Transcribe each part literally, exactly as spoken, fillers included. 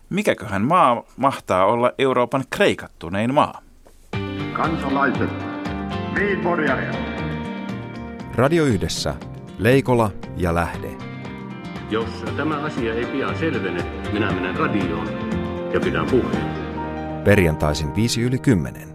Mikäköhän maa mahtaa olla Euroopan kreikattunein maa? Kansalaiset, Radio Yhdessä, Leikola ja Lähde. Jos tämä asia ei pian selvene, minä menen radioon ja pidän puheen. Perjantaisin viisi yli kymmenen.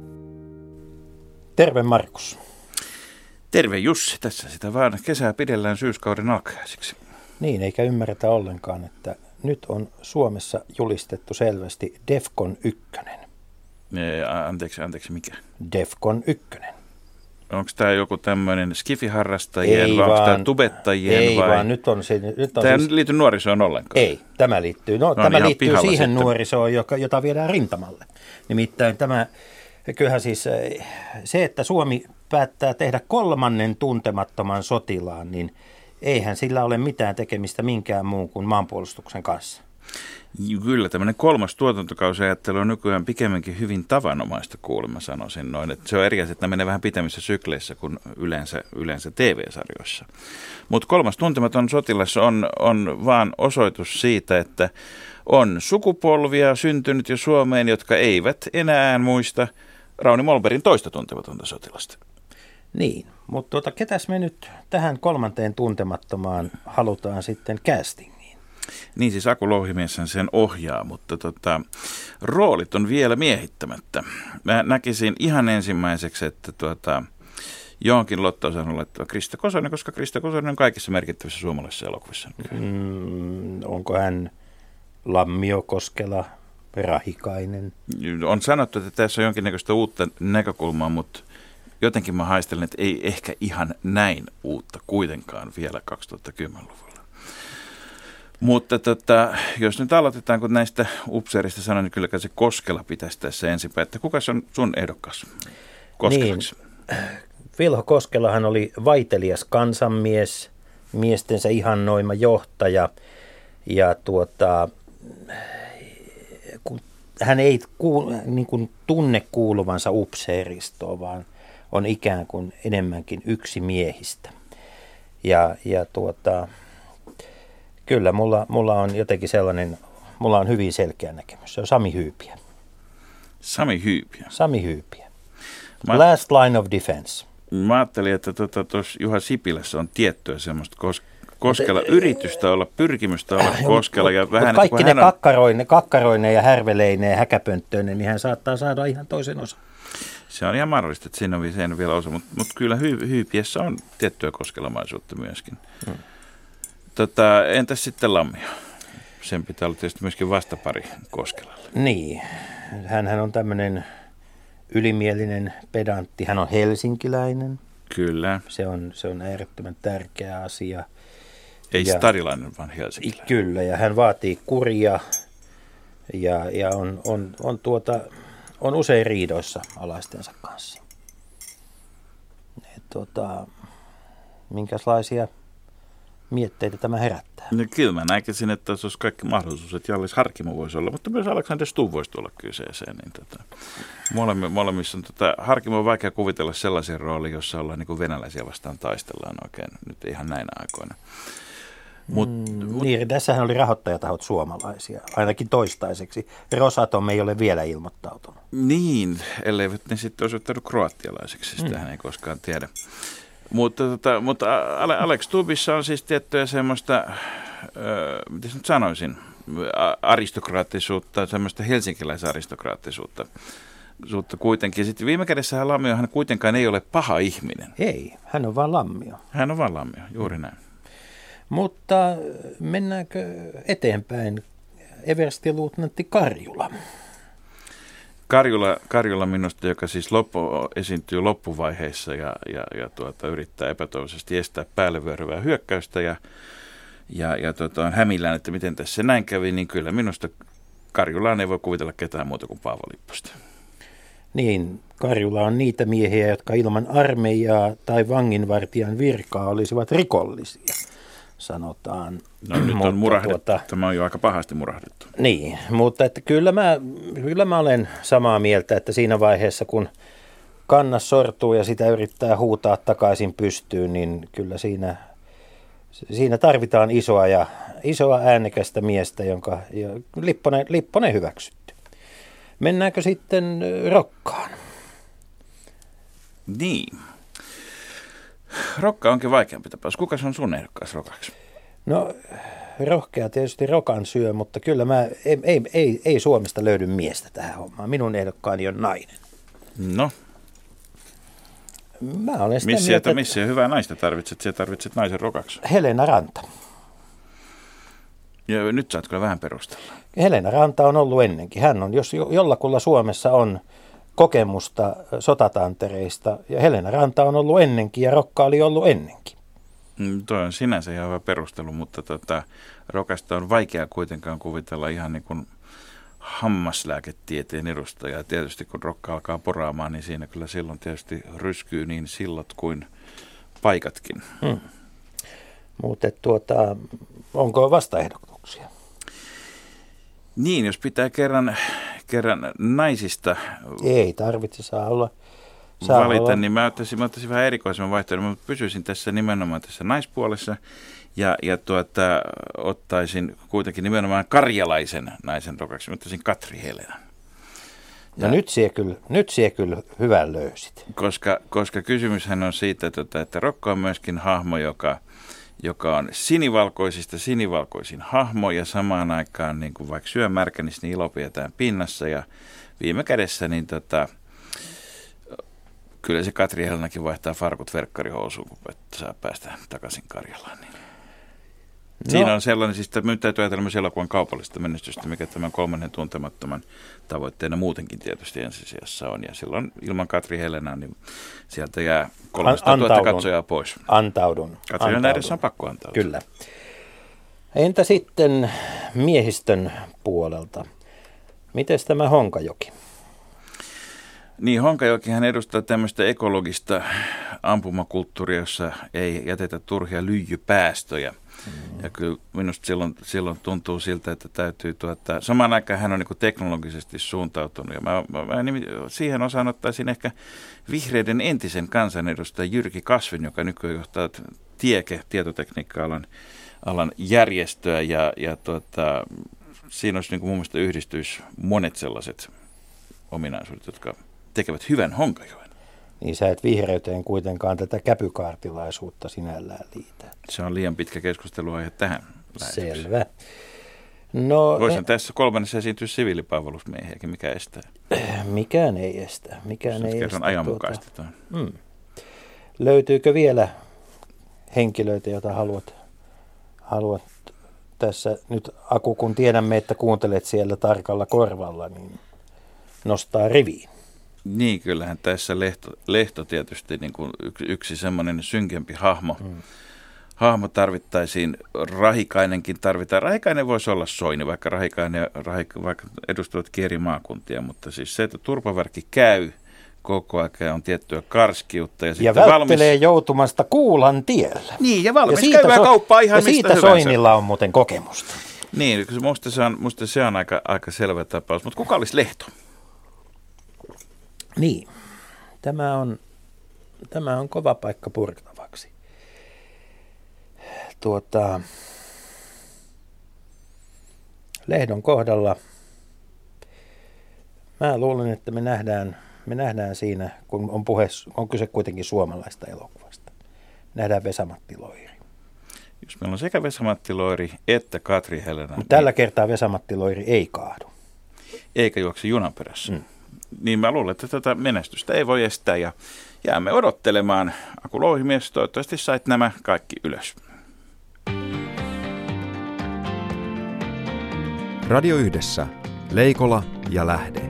Terve Markus. Terve Jussi, tässä sitä vaan kesää pidellään syyskauden alkajaisiksi. Niin, eikä ymmärretä ollenkaan, että nyt on Suomessa julistettu selvästi Defcon ykkönen. Anteeksi, anteeksi, mikä? Defcon ykkönen. Onko tämä joku tämmöinen skifiharrastajien ei vai onko vaan, tämä tubettajien ei vai? Ei vaan, nyt on se... Nyt on tämä siis, ei liity nuorisoon ollenkaan. Ei, tämä liittyy, no, no tämä niin, liittyy siihen sitten nuorisoon, joka, jota viedään rintamalle. Nimittäin tämä, kyllähän siis se, että Suomi päättää tehdä kolmannen tuntemattoman sotilaan, niin eihän sillä ole mitään tekemistä minkään muun kuin maanpuolustuksen kanssa. Kyllä, tämmöinen kolmas tuotantokausiajattelu on nykyään pikemminkin hyvin tavanomaista, kuulemma sanoisin noin. Että se on eri asia, että menee vähän pitemmissä sykleissä kuin yleensä, yleensä T V-sarjoissa. Mutta kolmas tuntematon sotilas on, on vaan osoitus siitä, että on sukupolvia syntynyt jo Suomeen, jotka eivät enää muista Rauni Molbergin toista tuntematonta sotilasta. Niin, mutta tuota, ketäs me nyt tähän kolmanteen tuntemattomaan halutaan sitten castingiin? Niin siis Aku Louhimies sen ohjaa, mutta tota, roolit on vielä miehittämättä. Mä näkisin ihan ensimmäiseksi, että tuota, johonkin lottoosaan on laittava Krista Kosonen, koska Krista Kosonen on kaikissa merkittävissä suomalaisissa elokuvissa. Mm, onko hän Lammio, Koskela, Rahikainen? On sanottu, että tässä on jonkinnäköistä uutta näkökulmaa, mutta jotenkin mä haistelen, että ei ehkä ihan näin uutta kuitenkaan vielä kaksituhattakymmenluvulla. Mutta tota, jos nyt aloitetaan, kun näistä upseerista sanoin, niin kyllä se Koskela pitäisi tässä ensinpäin. Että kuka on sun ehdokas Koskelaksi? Niin, Vilho Koskelahan oli vaitelias kansanmies, miestensä ihannoima johtaja. Ja tuota, kun hän ei ku, niin kuin tunne kuuluvansa upseeristoon, vaan on ikään kuin enemmänkin yksi miehistä. Ja, ja tuota... Kyllä, mulla, mulla on jotenkin sellainen, mulla on hyvin selkeä näkemys. Se on Sami Hyypiä. Sami Hyypiä. Sami Hyypiä. Mä, Last line of defense. Mä ajattelin, että tuossa tota, Juha Sipilässä on tiettyä semmoista kos, Koskela yritystä olla, pyrkimystä olla Koskela. Ja vähän, kaikki ne on... kakkaroine, kakkaroine ja härveleineen ja häkäpönttöinen, niin hän saattaa saada ihan toisen osan. Se on ihan mahdollista, että siinä on vielä, vielä osa, mutta, mutta kyllä hy, Hyypiessä on tiettyä koskelamaisuutta myöskin. Hmm. Tota, entäs sitten Lammio? Sen pitää olla tietysti myöskin vastapari Koskelalle. Niin, hänhän on tämmöinen ylimielinen pedantti. Hän on helsinkiläinen. Kyllä. Se on, se on äärettömän tärkeä asia. Ei ja, stadilainen, vaan helsinkiläinen. Kyllä, ja hän vaatii kuria ja, ja on, on, on, tuota, on usein riidoissa alaistensa kanssa. Et, tuota, minkälaisia mietteitä tämä herättää? No, kyllä mä näkisin, että tässä olisi kaikki mahdollisuus, että Jallis Harkimo voisi olla, mutta myös Alexander Stubb voisi tulla kyseeseen. Niin tota, molemmi, molemmissa on tota, Harkimo on vaikea kuvitella sellaisen roolin, jossa ollaan niin kuin venäläisiä vastaan taistellaan oikein nyt ihan näinä aikoina. Mut, mm, mut, niin, tässähän oli rahoittajatahot suomalaisia, ainakin toistaiseksi. Rosatom ei ole vielä ilmoittautunut. Niin, elleivät ne sitten osoittanut kroatialaiseksi, sitähän mm. ei koskaan tiedä. Mutta, tota, mutta Alex Stubbissa on siis tiettyä semmoista, öö, miten nyt sanoisin, aristokraattisuutta, semmoista helsinkiläisaristokraattisuutta suutta kuitenkin. Sitten viime kädessähän Lammiohan kuitenkaan ei ole paha ihminen. Ei, hän on vaan Lammio. Hän on vaan Lammio, juuri näin. Mutta mennäänkö eteenpäin? Everstiluutnantti Karjula. Karjula, Karjula minusta, joka siis loppu, esiintyy loppuvaiheissa ja, ja, ja tuota, yrittää epätoivoisesti estää päälle vyöryvää hyökkäystä ja, ja, ja tuota, on hämillään, että miten tässä näin kävi, niin kyllä minusta Karjulaan ei voi kuvitella ketään muuta kuin Paavo Lipposta. Niin, Karjula on niitä miehiä, jotka ilman armeijaa tai vanginvartijan virkaa olisivat rikollisia, sanotaan. No nyt on murahdettu, tuota, tämä on jo aika pahasti murahdettu. Niin, mutta että kyllä, mä, kyllä mä olen samaa mieltä, että siinä vaiheessa kun kannas sortuu ja sitä yrittää huutaa takaisin pystyyn, niin kyllä siinä, Siinä tarvitaan isoa ja isoa äänekästä miestä, jonka Lipponen, Lipponen hyväksytty. Mennäänkö sitten rokkaan? Niin. Rokka onkin vaikeampi tapaus. Kuka on sun ehdokkaas rokaksi? No rohkea tietysti rokan syö, mutta kyllä mä, ei, ei, ei, ei Suomesta löydy miestä tähän hommaan. Minun ehdokkaani on nainen. No. Mä olen sitä missä, mieltä, missä hyvää naista tarvitset? Sä tarvitset naisen rokaksi. Helena Ranta. Ja nyt saat kyllä vähän perustella. Helena Ranta on ollut ennenkin. Hän on, jos jollakulla Suomessa on kokemusta sotatantereista, ja Helena Ranta on ollut ennenkin, ja rokka oli ollut ennenkin. Mm, toi on sinänsä ihan hyvä perustelu, mutta tota, rokasta on vaikea kuitenkaan kuvitella ihan niin kuin hammaslääketieteen edustajaa. Tietysti kun rokka alkaa poraamaan, niin siinä kyllä silloin tietysti ryskyy niin sillat kuin paikatkin. Hmm. Mutta tuota, onko vastaehdotuksia? Niin, jos pitää kerran, kerran naisista Ei tarvitse, saa olla. Saa valita, olla. Niin mä ottaisin, mä ottaisin vähän erikoisemman vaihtoehdon. Mä pysyisin tässä nimenomaan tässä naispuolessa ja, ja tuota, ottaisin kuitenkin nimenomaan karjalaisen naisen rokaksi. Mä ottaisin Katri Helenan. No nyt sie kyllä, nyt sie kyllä hyvän löysit. Koska, koska kysymyshän on siitä, että, että rokka on myöskin hahmo, joka, joka on sinivalkoisista sinivalkoisin hahmo ja samaan aikaan niin kuin vaikka syö märkänis, niin ilo pidetään pinnassa ja viime kädessä niin tota, kyllä se Katri Helenakin vaihtaa farkut verkkarihousuun, kun saa päästä takaisin Karjalaan. Niin. No. Siinä on sellainen, siis nyt täytyy ajatella myös elokuvan kaupallista menestystä, mikä tämän kolmannen tuntemattoman tavoitteena muutenkin tietysti ensisijassa on. Ja silloin ilman Katri Helenaa, niin sieltä jää kolmesataatuhatta katsojaa pois. Antaudun. Katri Helenan edessä on pakko antautua. Kyllä. Entä sitten miehistön puolelta? Mites tämä Honkajoki? Niin, Honkajokihan edustaa tämmöistä ekologista ampumakulttuuria, jossa ei jätetä turhia lyijypäästöjä. Mm. Ja kyllä minusta silloin, silloin tuntuu siltä, että täytyy tuottaa. Samaan aikaan hän on niin kuin teknologisesti suuntautunut. Ja mä, mä, mä siihen osaan ottaisin ehkä vihreiden entisen kansanedustajan Jyrki Kasvin, joka nykyään johtaa Tieke, tietotekniikka-alan alan järjestöä. Ja, ja tuota, siinä olisi niin kuin mun mielestä yhdistyisi monet sellaiset ominaisuudet, jotka tekevät hyvän Honkajoen. Niin sä et vihreyteen kuitenkaan tätä käpykaartilaisuutta sinällään liitä. Se on liian pitkä keskusteluaihe tähän lähetykseen. Selvä. No, Voisin eh, tässä kolmannessa esiintyä siviilipalvelusmiehiäkin, mikä estää. Mikään ei estä. Mikään Se ei kerran estä. ajanmukaistetaan. Tuota, mm. Löytyykö vielä henkilöitä, joita haluat, haluat tässä nyt, Aku, kun tiedämme, että kuuntelet siellä tarkalla korvalla, niin nostaa riviin? Niin, kyllähän tässä Lehto, Lehto tietysti niin kuin yksi, yksi semmoinen synkempi hahmo. Mm. Hahmo tarvittaisiin, Rahikainenkin tarvitaan. Rahikainen voisi olla Soini, vaikka Rahikainen Rahik, vaikka edustavat eri maakuntia, mutta siis se, että turvavärkki käy koko ajan on tiettyä karskiutta. Ja, ja välttelee valmis joutumasta kuulan tiellä. Niin, ja valmis ja käydään so- kauppaa ihan ja mistä siitä hyvänsä. Soinilla on muuten kokemusta. Niin, musta se on, musta se on aika, aika selvä tapaus. Mutta kuka olisi Lehto? Niin, tämä on, tämä on kova paikka purtavaksi. Tuota, Lehdon kohdalla mä luulen, että me nähdään, me nähdään siinä, kun on, puhe, on kyse kuitenkin suomalaista elokuvasta, nähdään Vesa-Matti Loiri. Jos meillä on sekä Vesa-Matti Loiri että Katri Helena. Mutta tällä kertaa Vesa-Matti Loiri ei kaadu. Eikä juokse junan perässä. Mm. Niin mä luulen, että tätä menestystä ei voi estää ja jäämme odottelemaan. Aku Louhimies, toivottavasti sait nämä kaikki ylös. Radio Yhdessä, Leikola ja Lähde.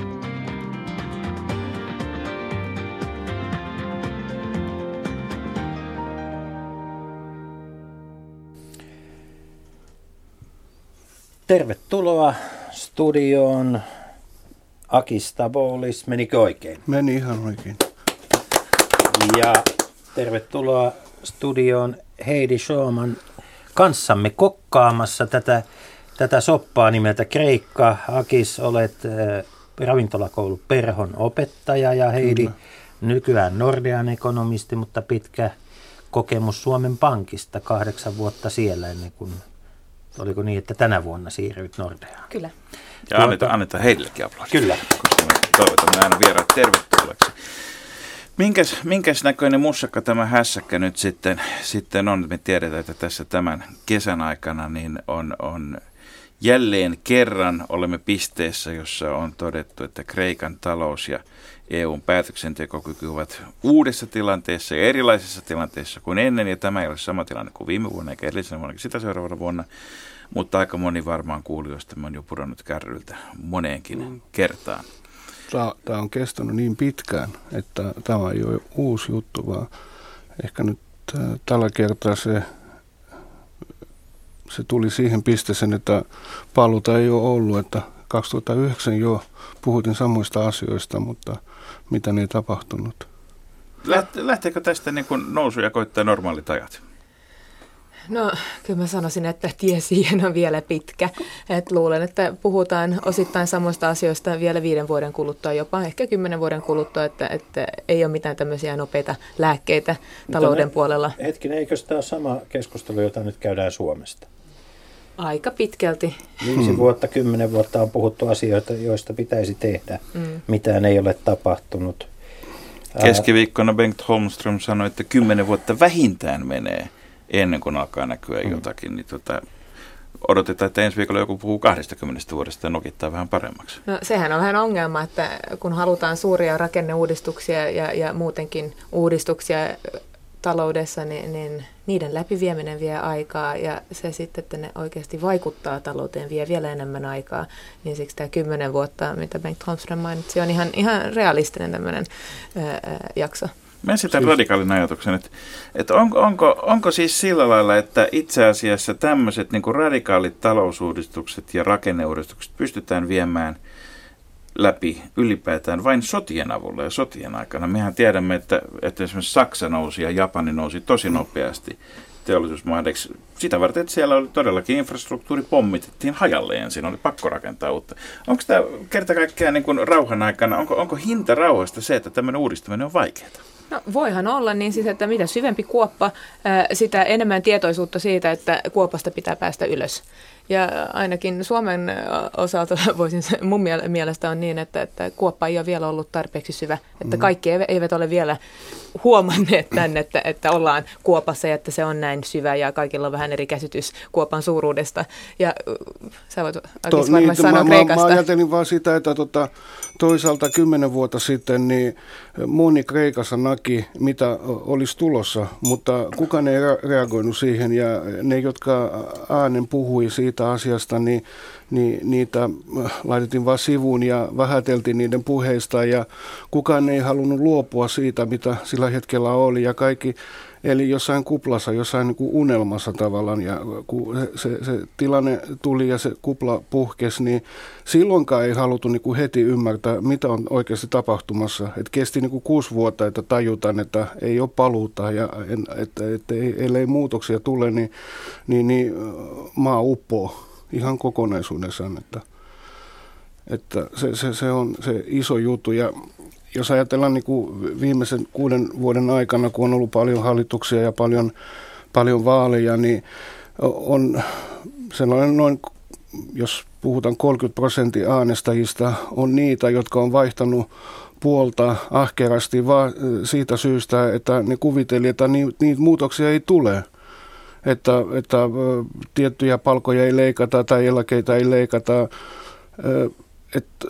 Tervetuloa studioon. Aki Stabolis, menikö oikein? Meni ihan oikein. Ja tervetuloa studioon Heidi Schauman kanssamme kokkaamassa tätä, tätä soppaa nimeltä Kreikka. Akis, olet äh, ravintolakoulu Perhon opettaja ja Heidi Kyllä. nykyään Nordean ekonomisti, mutta pitkä kokemus Suomen Pankista, kahdeksan vuotta siellä ennen kuin, oliko niin, että tänä vuonna siirryit Nordeaan? Kyllä. Ja annetaan, annetaan heillekin aplodit. Kyllä. Koska me toivotamme aina vieraat tervetulleeksi. Minkäs, minkäs näköinen mussakka tämä hässäkkä nyt sitten, sitten on? Me tiedetään, että tässä tämän kesän aikana niin on, on jälleen kerran olemme pisteessä, jossa on todettu, että Kreikan talous ja E U:n päätöksentekokyky ovat uudessa tilanteessa ja erilaisessa tilanteessa kuin ennen. Ja tämä ei ole sama tilanne kuin viime vuonna eikä edellisenä vuonna, sitä seuraavana vuonna. Mutta aika moni varmaan kuulijoista on jo pudonnut kärryltä moneenkin mm. kertaan. Tämä on kestänyt niin pitkään, että tämä ei ole uusi juttu, vaan ehkä nyt tällä kertaa se, se tuli siihen pisteeseen, että paluuta ei ole ollut, että kaksituhattayhdeksän jo puhutin samoista asioista, mutta mitä ei tapahtunut. Lähteekö tästä niin kuin nousu ja koittaa normaalit ajat? No kyllä mä sanoisin, että tie siihen on vielä pitkä. Et luulen, että puhutaan osittain samoista asioista vielä viiden vuoden kuluttua, jopa ehkä kymmenen vuoden kuluttua, että, että ei ole mitään tämmöisiä nopeita lääkkeitä talouden ne, puolella. Hetkinen, eikö tämä ole sama keskustelu, jota nyt käydään Suomesta? Aika pitkälti. Viisi hmm. vuotta, kymmenen vuotta on puhuttu asioita, joista pitäisi tehdä. Hmm. Mitään ei ole tapahtunut. Keskiviikkona Bengt Holmström sanoi, että kymmenen vuotta vähintään menee ennen kuin alkaa näkyä mm. jotakin, niin tota, odotetaan, että ensi viikolla joku puhuu kaksikymmentä vuodesta ja nokittaa vähän paremmaksi. No sehän on vähän ongelma, että kun halutaan suuria rakenneuudistuksia ja, ja muutenkin uudistuksia taloudessa, niin, niin niiden läpivieminen vie aikaa ja se sitten, että ne oikeasti vaikuttaa talouteen, vie vielä enemmän aikaa. Niin siksi tämä kymmenen vuotta, mitä Bengt Holmström mainitsi, on ihan, ihan realistinen tämmöinen ää, jakso. Mä esitän radikaalin ajatuksen, että, että onko, onko, onko siis sillä lailla, että itse asiassa tämmöiset niin kuin radikaalit talousuudistukset ja rakenneuudistukset pystytään viemään läpi ylipäätään vain sotien avulla ja sotien aikana. Mehän tiedämme, että, että esimerkiksi Saksa nousi ja Japani nousi tosi nopeasti teollisuusmaadeksi. Sitä varten, että siellä oli todellakin infrastruktuuri pommitettiin hajalleen, siinä oli pakko rakentaa uutta. Onko tämä kerta kaikkiaan niin kuin rauhan aikana, onko, onko hinta rauhasta se, että tämmöinen uudistaminen on vaikeaa? No voihan olla niin siis, että mitä syvempi kuoppa, sitä enemmän tietoisuutta siitä, että kuopasta pitää päästä ylös. Ja ainakin Suomen osalta voisin, mun mielestä on niin, että, että kuoppa ei ole vielä ollut tarpeeksi syvä. Että kaikki eivät ole vielä huomanneet tänne, että, että ollaan kuopassa ja että se on näin syvä ja kaikilla on vähän eri käsitys kuopan suuruudesta. Ja sä voit Akis varmaan niin, sanoa mä, Kreikasta. Mä ajattelin vaan sitä, että tota, toisaalta kymmenen vuotta sitten niin moni Kreikassa näki, mitä olisi tulossa, mutta kukaan ei reagoinut siihen ja ne, jotka äänen puhui siitä asiasta, niin, niin niitä laitettiin vaan sivuun ja vähäteltiin niiden puheista ja kukaan ei halunnut luopua siitä, mitä sillä hetkellä oli ja kaikki eli jossain kuplassa, jossain niin kuin unelmassa tavallaan ja kun se, se, se tilanne tuli ja se kupla puhkesi, niin silloinkaan ei haluttu niin kuin heti ymmärtää, mitä on oikeasti tapahtumassa. Et kesti niin kuin kuusi vuotta, että tajutaan, että ei ole paluuta ja että, että ellei muutoksia tule, niin, niin, niin maa uppoo ihan kokonaisuudessaan. Että, että se, se, se on se iso juttu ja jos ajatellaan niin kuin viimeisen kuuden vuoden aikana, kun on ollut paljon hallituksia ja paljon, paljon vaaleja, niin on sellainen noin, jos puhutaan kolmekymmentä prosenttia äänestäjistä, on niitä, jotka on vaihtanut puolta ahkerasti vaan siitä syystä, että ne kuvitteli, että niitä muutoksia ei tule. Että, että tiettyjä palkoja ei leikata tai eläkeitä ei leikata, että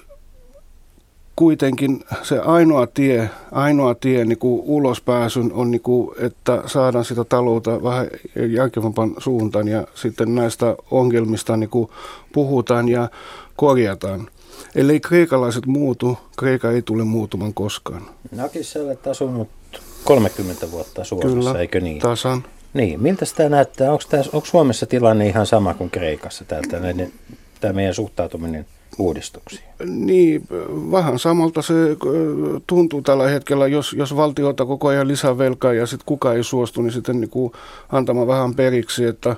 kuitenkin se ainoa tie, ainoa tie niin kuin ulospääsyn on, niin kuin, että saadaan sitä taloutta vähän järkevämpään suuntaan ja sitten näistä ongelmista niin kuin puhutaan ja korjataan. Ellei kreikalaiset muutu, Kreika ei tule muutumaan koskaan. Nakis, sä olet asunut kolmekymmentä vuotta Suomessa, kyllä, eikö niin? Tasan. Niin, miltä sitä näyttää? Onko, tämä, onko Suomessa tilanne ihan sama kuin Kreikassa, täältä näiden, tämä meidän suhtautuminen uudistuksiin? Niin, vähän samalta se tuntuu tällä hetkellä, jos, jos valtio ottaa koko ajan lisää velkaa ja sitten kukaan ei suostu, niin sitten niin kuin antamaan vähän periksi, että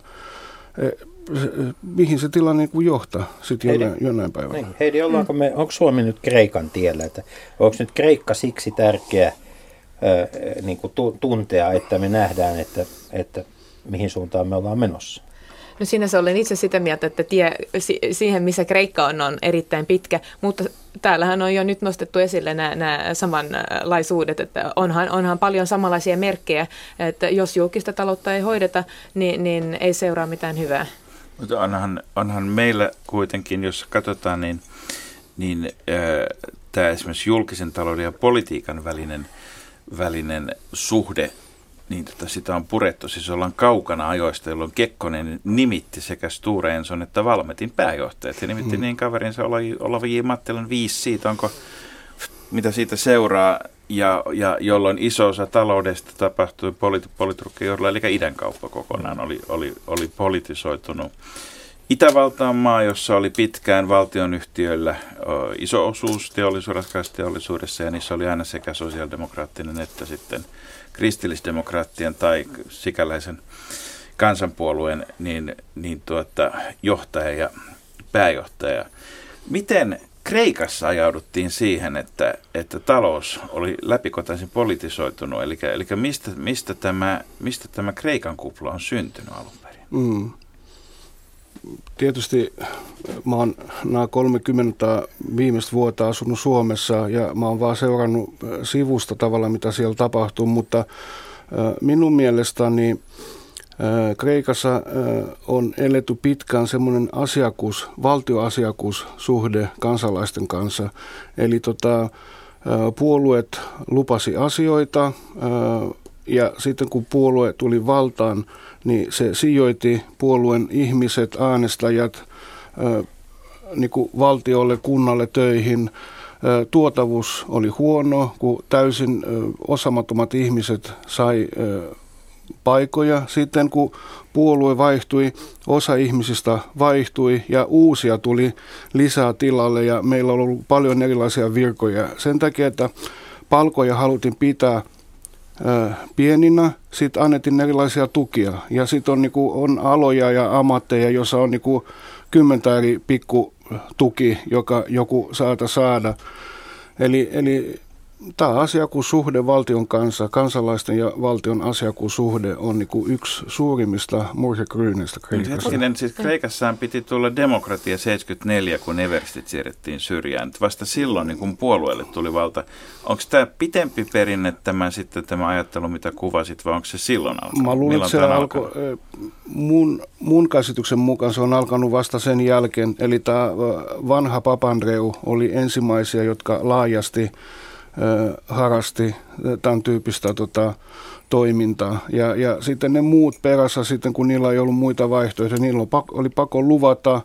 mihin se tilanne niin kuin johtaa sitten jonain, jonain päivänä. Niin, Heidi, ollaanko me, onko Suomi nyt Kreikan tiellä? Että onko nyt Kreikka siksi tärkeä, niin kuin tuntea, että me nähdään, että, että mihin suuntaan me ollaan menossa. No sinänsä olen itse sitä mieltä, että tie siihen, missä Kreikka on, on erittäin pitkä, mutta täällähän on jo nyt nostettu esille nämä, nämä samanlaisuudet, että onhan, onhan paljon samanlaisia merkkejä, että jos julkista taloutta ei hoideta, niin, niin ei seuraa mitään hyvää. Mutta onhan, onhan meillä kuitenkin, jos katsotaan, niin, niin äh, tämä esimerkiksi julkisen talouden ja politiikan välinen, välinen suhde, niin tota, sitä on purettu. Siis ollaan kaukana ajoista, jolloin Kekkonen nimitti sekä Sture Enson että Valmetin pääjohtajat. Ja nimitti mm. niin kaverinsa Olavi J. Mattilan viisi siitä, onko, mitä siitä seuraa, ja, ja jolloin iso osa taloudesta tapahtui politi- politrukkijohdella, eli idänkauppa kokonaan oli, oli, oli politisoitunut. Itävalta on maa, jossa oli pitkään valtionyhtiöillä o, iso osuus teollisuudessa, teollisuudessa, ja niissä oli aina sekä sosiaalidemokraattinen että sitten kristillisdemokraattien tai sikäläisen kansanpuolueen niin, niin tuota, johtaja ja pääjohtaja. Miten Kreikassa ajauduttiin siihen, että, että talous oli läpikotaisin politisoitunut, eli, eli mistä, mistä, tämä, mistä tämä Kreikan kupla on syntynyt alun perin? Mm. Tietysti mä oon nämä kolmekymmentä viimeistä vuotta asunut Suomessa ja mä oon vaan seurannut sivusta tavalla, mitä siellä tapahtuu, mutta minun mielestäni Kreikassa on eletty pitkään semmoinen asiakus, valtioasiakussuhde kansalaisten kanssa. Eli tota, puolueet lupasi asioita ja sitten kun puolue tuli valtaan, niin se sijoitti puolueen ihmiset, äänestäjät niin kuin valtiolle, kunnalle töihin. Tuotavuus oli huono, kun täysin osaamattomat ihmiset sai paikoja. Sitten kun puolue vaihtui, osa ihmisistä vaihtui ja uusia tuli lisää tilalle ja meillä on ollut paljon erilaisia virkoja. Sen takia, että palkoja haluttiin pitää pieninä, sitten annettiin erilaisia tukia ja sitten on, niinku, on aloja ja ammatteja, joissa on niinku kymmentä eri pikkutuki, joka joku saata saada. Eli, eli tämä asiakkuussuhde valtion kanssa, kansalaisten ja valtion asiakkuussuhde on niinku yksi suurimmista murhekryyneistä Kreikassa. Hetkinen, siis Kreikassaan piti tulla demokratia seitsemänkymmentäneljä, kun everstit siirrettiin syrjään. Vasta silloin niin kun puolueelle tuli valta. Onko tämä pitempi perinne tämä, sitten, tämä ajattelu, mitä kuvasit, vai onko se silloin alkanut? Mä luulen, että se alkoi, mun, mun käsityksen mukaan se on alkanut vasta sen jälkeen. Eli tämä vanha Papandreou oli ensimmäisiä, jotka laajasti harrasti tämän tyyppistä tota, toimintaa. Ja, ja sitten ne muut perässä, sitten kun niillä ei ollut muita vaihtoehtoja, niillä oli pakko luvata,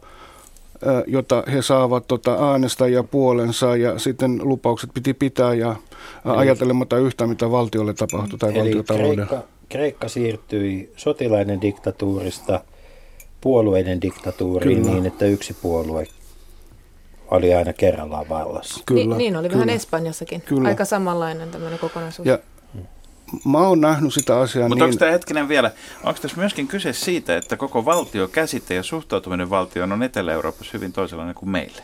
jota he saavat tota, äänestäjä puolensa, ja sitten lupaukset piti pitää ja eli, ajatelematta yhtään, mitä valtiolle tapahtui tai valtiotaloudelle. Kreikka, Kreikka siirtyi sotilaiden diktatuurista puolueiden diktatuuriin. Kyllä. Niin, että yksi puolue oli aina kerrallaan vallassa. Kyllä, Ni, niin oli kyllä. Vähän Espanjassakin. Kyllä. Aika samanlainen tämmöinen kokonaisuus. Ja mä oon nähnyt sitä asiaa. Mutta niin... onko tämä hetkinen vielä, onko tässä myöskin kyse siitä, että koko valtiokäsite ja suhtautuminen valtioon on Etelä-Euroopassa hyvin toisenlainen kuin meille?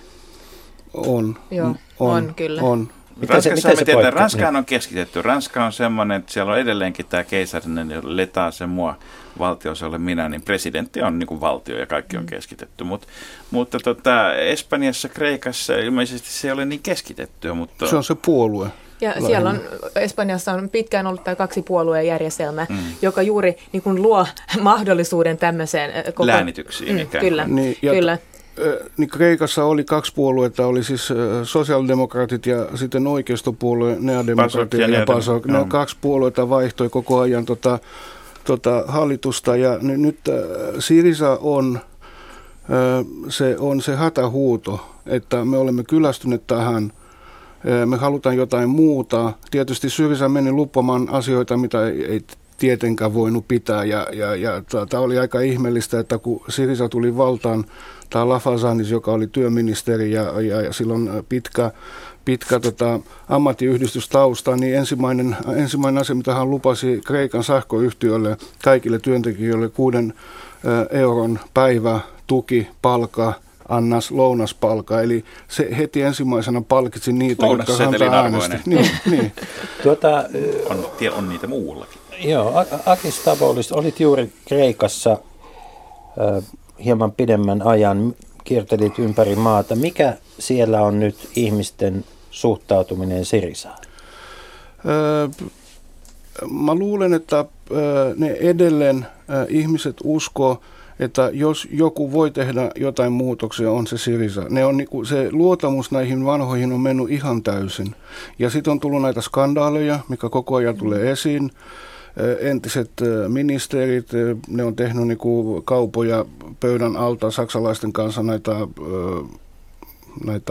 On. Joo, on, on kyllä. On. Ranskassa me tiedetään, Ranskaan on keskitetty. Ranska on semmoinen, että siellä on edelleenkin tämä keisarinen, letaa se mua, valtio se ole minä, niin presidentti on niin kuin valtio ja kaikki on keskitetty. Mut, mutta tota, Espanjassa, Kreikassa ilmeisesti se ei ole niin keskitettyä. Mutta... Se on se puolue. Ja Lähinnä. Siellä on, Espanjassa on pitkään ollut tämä kaksi puolueen järjestelmä, mm. joka juuri niin kuin luo mahdollisuuden tämmöiseen koko... läänityksiin. Mm, kyllä, niin, kyllä. Niin Kreikassa oli kaksi puoluetta, oli siis sosiaalidemokraatit ja sitten oikeistopuolue, neodemokraatit ja, ja PASOK. Ne kaksi puoluetta vaihtoi koko ajan tota, tota, hallitusta ja n- nyt äh, Syriza on, äh, se on se hätähuuto, että me olemme kyllästyneet tähän, äh, me halutaan jotain muuta. Tietysti Syriza meni lupamaan asioita, mitä ei, ei tietenkään voinut pitää ja, ja, ja tämä oli aika ihmeellistä, että kun Syriza tuli valtaan, tämä Lafazanis, joka oli työministeri ja, ja, ja silloin pitkä, pitkä tota, ammattiyhdistystausta, niin ensimmäinen, ensimmäinen asia, mitä hän lupasi Kreikan sähköyhtiölle, kaikille työntekijöille kuuden euron päivä, tuki, palkka, annas lounaspalka. Eli se heti ensimmäisenä palkitsi niitä, jotka häntä äänesti. Niin, niin. Tuota, on, on niitä muuallakin. Joo, Aki Stavoulis, olit juuri Kreikassa äh, hieman pidemmän ajan, kiertelit ympäri maata. Mikä siellä on nyt ihmisten suhtautuminen Syrizaan? Öö, mä luulen, että öö, ne edelleen öö, ihmiset uskoo, että jos joku voi tehdä jotain muutoksia, on se Syriza. Ne on niinku, se luottamus näihin vanhoihin on mennyt ihan täysin. Ja sitten on tullut näitä skandaaleja, mikä koko ajan tulee esiin. Entiset ministerit, ne on tehnyt niinku kaupoja pöydän alta saksalaisten kanssa näitä, näitä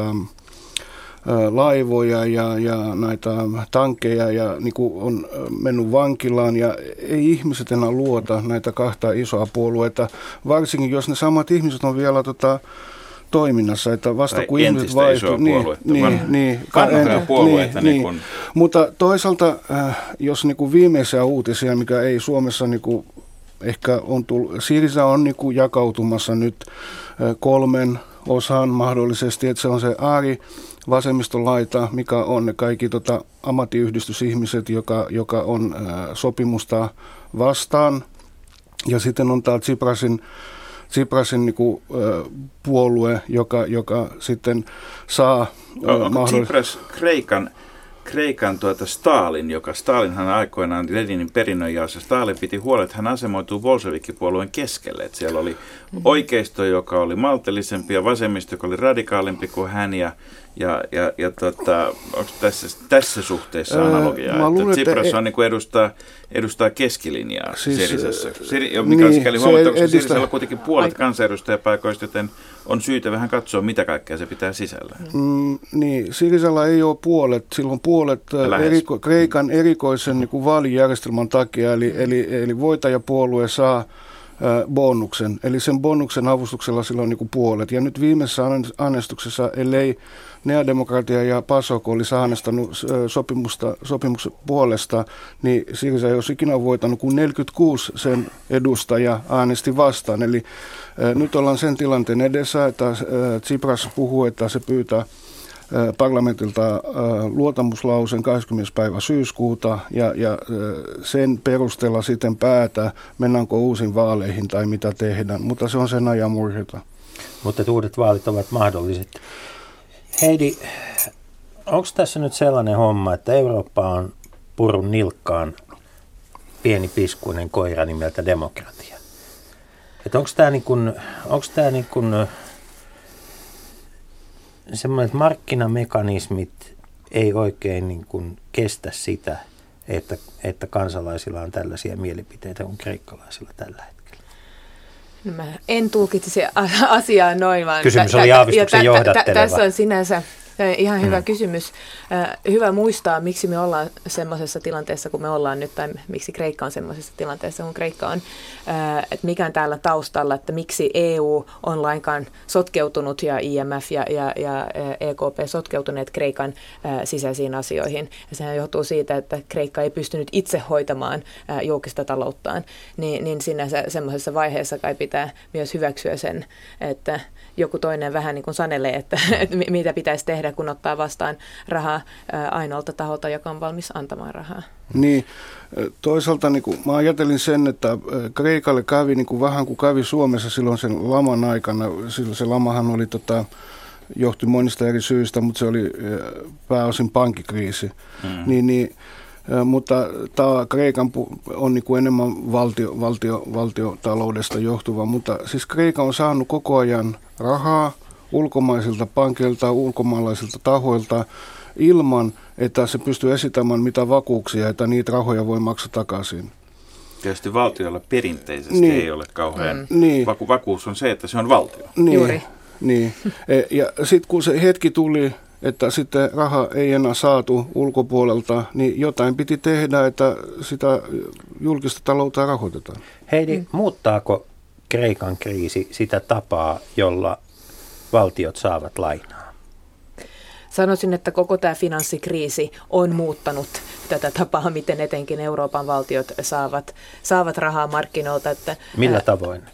laivoja ja, ja näitä tankkeja ja niinku on mennyt vankilaan ja ei ihmiset enää luota näitä kahta isoa puolueita, varsinkin jos ne samat ihmiset on vielä tota, toiminnassa, että vasta tai kun ihmiset vaihtuu, niin, niin, niin, vanhoja puolueita. Niin, niin kun... Mutta toisaalta, äh, jos niinku viimeisiä uutisia, mikä ei Suomessa niinku ehkä on tullut, Syriza on niinku jakautumassa nyt äh, kolmen osaan mahdollisesti, että se on se ääri vasemmistolaita, mikä on ne kaikki tota, ammattiyhdistysihmiset, joka, joka on äh, sopimusta vastaan, ja sitten on tämä Tsiprasin Tsiprasin niinku, äh, puolue, joka, joka sitten saa Onko mahdoll... Tsipras Kreikan, Kreikan tuota Stalin, joka Stalinhan aikoinaan Leninin perinnönjaossa, Stalin piti huolen, että hän asemoituu bolševikkipuolueen keskelle. Että siellä oli oikeisto, joka oli maltillisempi ja vasemmisto, joka oli radikaalimpi kuin hän ja Ja, ja, ja tota, onko tässä, tässä suhteessa analogiaa, öö, että Tsipras on niin kuin edustaa, edustaa keskilinjaa siis, Syrizassa, mikä on sikäli huomattavasti, koska Syrizalla kuitenkin puolet kansanedustajapaikoista, joten on syytä vähän katsoa, mitä kaikkea se pitää sisällä. Mm, niin, Syrizalla ei ole puolet, silloin puolet eriko, Kreikan erikoisen niin kuin vaalijärjestelmän takia, eli, eli, eli voitajapuolue saa bonuksen, eli sen bonuksen avustuksella sillä on niin kuin puolet. Ja nyt viimeisessä äänestyksessä, ellei Nea Demokratia ja PASOK olisi äänestänyt sopimusta, sopimuksen puolesta, niin Syriza ei olisi ikinä voitanut, kun neljäkymmentäkuusi sen edustaja äänesti vastaan. Eli äh, nyt ollaan sen tilanteen edessä, että äh, Tsipras puhuu, että se pyytää parlamentilta luottamuslausen kahdeskymmenes päivä syyskuuta ja, ja sen perusteella sitten päätä, mennäänkö uusiin vaaleihin tai mitä tehdään, mutta se on sen ajan murhita. Mutta uudet vaalit ovat mahdolliset. Heidi, onko tässä nyt sellainen homma, että Eurooppa on purun nilkkaan pieni piskuinen koira nimeltä demokratia? Että onko tämä niin kuin, onko tämä niin kuin semmoinen, että markkinamekanismit ei oikein niin kuin kestä sitä, että, että kansalaisilla on tällaisia mielipiteitä kuin kreikkalaisilla tällä hetkellä. No mä en tulkitse asiaa noin, vaan... Kysymys oli aavistuksen johdatteleva. Tässä on sinänsä ihan hyvä hmm. kysymys. Hyvä muistaa, miksi me ollaan semmoisessa tilanteessa, kun me ollaan nyt, tai miksi Kreikka on semmoisessa tilanteessa, kun Kreikka on. Että mikä on täällä taustalla, että miksi E U on lainkaan sotkeutunut ja I M F ja, ja, ja E K P sotkeutuneet Kreikan sisäisiin asioihin. Ja sehän johtuu siitä, että Kreikka ei pystynyt itse hoitamaan julkista talouttaan. Niin, niin sinänsä semmoisessa vaiheessa kai pitää myös hyväksyä sen, että joku toinen vähän niin kuin sanelee, että, että mitä pitäisi tehdä, kun ottaa vastaan rahaa ainoalta taholta, joka on valmis antamaan rahaa. Niin, toisaalta niin kuin, mä ajattelin sen, että Kreikalle kävi niin kuin vähän kuin kävi Suomessa silloin sen laman aikana. Silloin se lamahan oli, tota, johtui monista eri syistä, mutta se oli pääosin pankkikriisi. Mm. Niin, niin, mutta tämä Kreikan on niin kuin enemmän valtio, valtio, valtiotaloudesta johtuva, mutta siis Kreika on saanut koko ajan rahaa ulkomaisilta pankilta, ulkomaalaisilta tahoilta ilman, että se pystyy esittämään mitä vakuuksia, että niitä rahoja voi maksaa takaisin. Tietysti valtiolla perinteisesti niin. ei ole kauhean. Mm. Niin. Vaku- vakuus on se, että se on valtio. Niin. Juuri. Niin. Ja sitten kun se hetki tuli, että sitten raha ei enää saatu ulkopuolelta, niin jotain piti tehdä, että sitä julkista taloutta rahoitetaan. Heidi, mm. muuttaako Kreikan kriisi sitä tapaa, jolla valtiot saavat lainaa? Sanoisin, että koko tämä finanssikriisi on muuttanut tätä tapaa, miten etenkin Euroopan valtiot saavat, saavat rahaa markkinoilta. Että, Millä tavoin?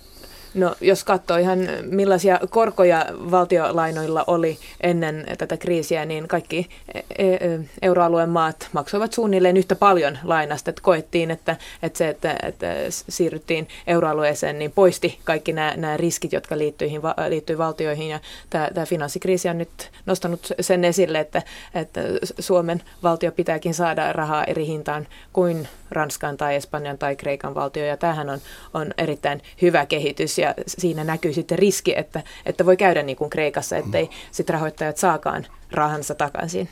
No jos katsoo ihan millaisia korkoja valtiolainoilla oli ennen tätä kriisiä, niin kaikki euroalueen maat maksoivat suunnilleen yhtä paljon lainasta. Että koettiin, että, että se, että, että siirryttiin euroalueeseen, niin poisti kaikki nämä, nämä riskit, jotka liittyihin, liittyy valtioihin. Ja tämä, tämä finanssikriisi on nyt nostanut sen esille, että, että Suomen valtio pitääkin saada rahaa eri hintaan kuin Ranskan tai Espanjan tai Kreikan valtio. Ja tämähän on, on erittäin hyvä kehitys ja siinä näkyy sitten riski, että, että voi käydä niin kuin Kreikassa, ettei sitten rahoittajat saakaan rahansa takaisin.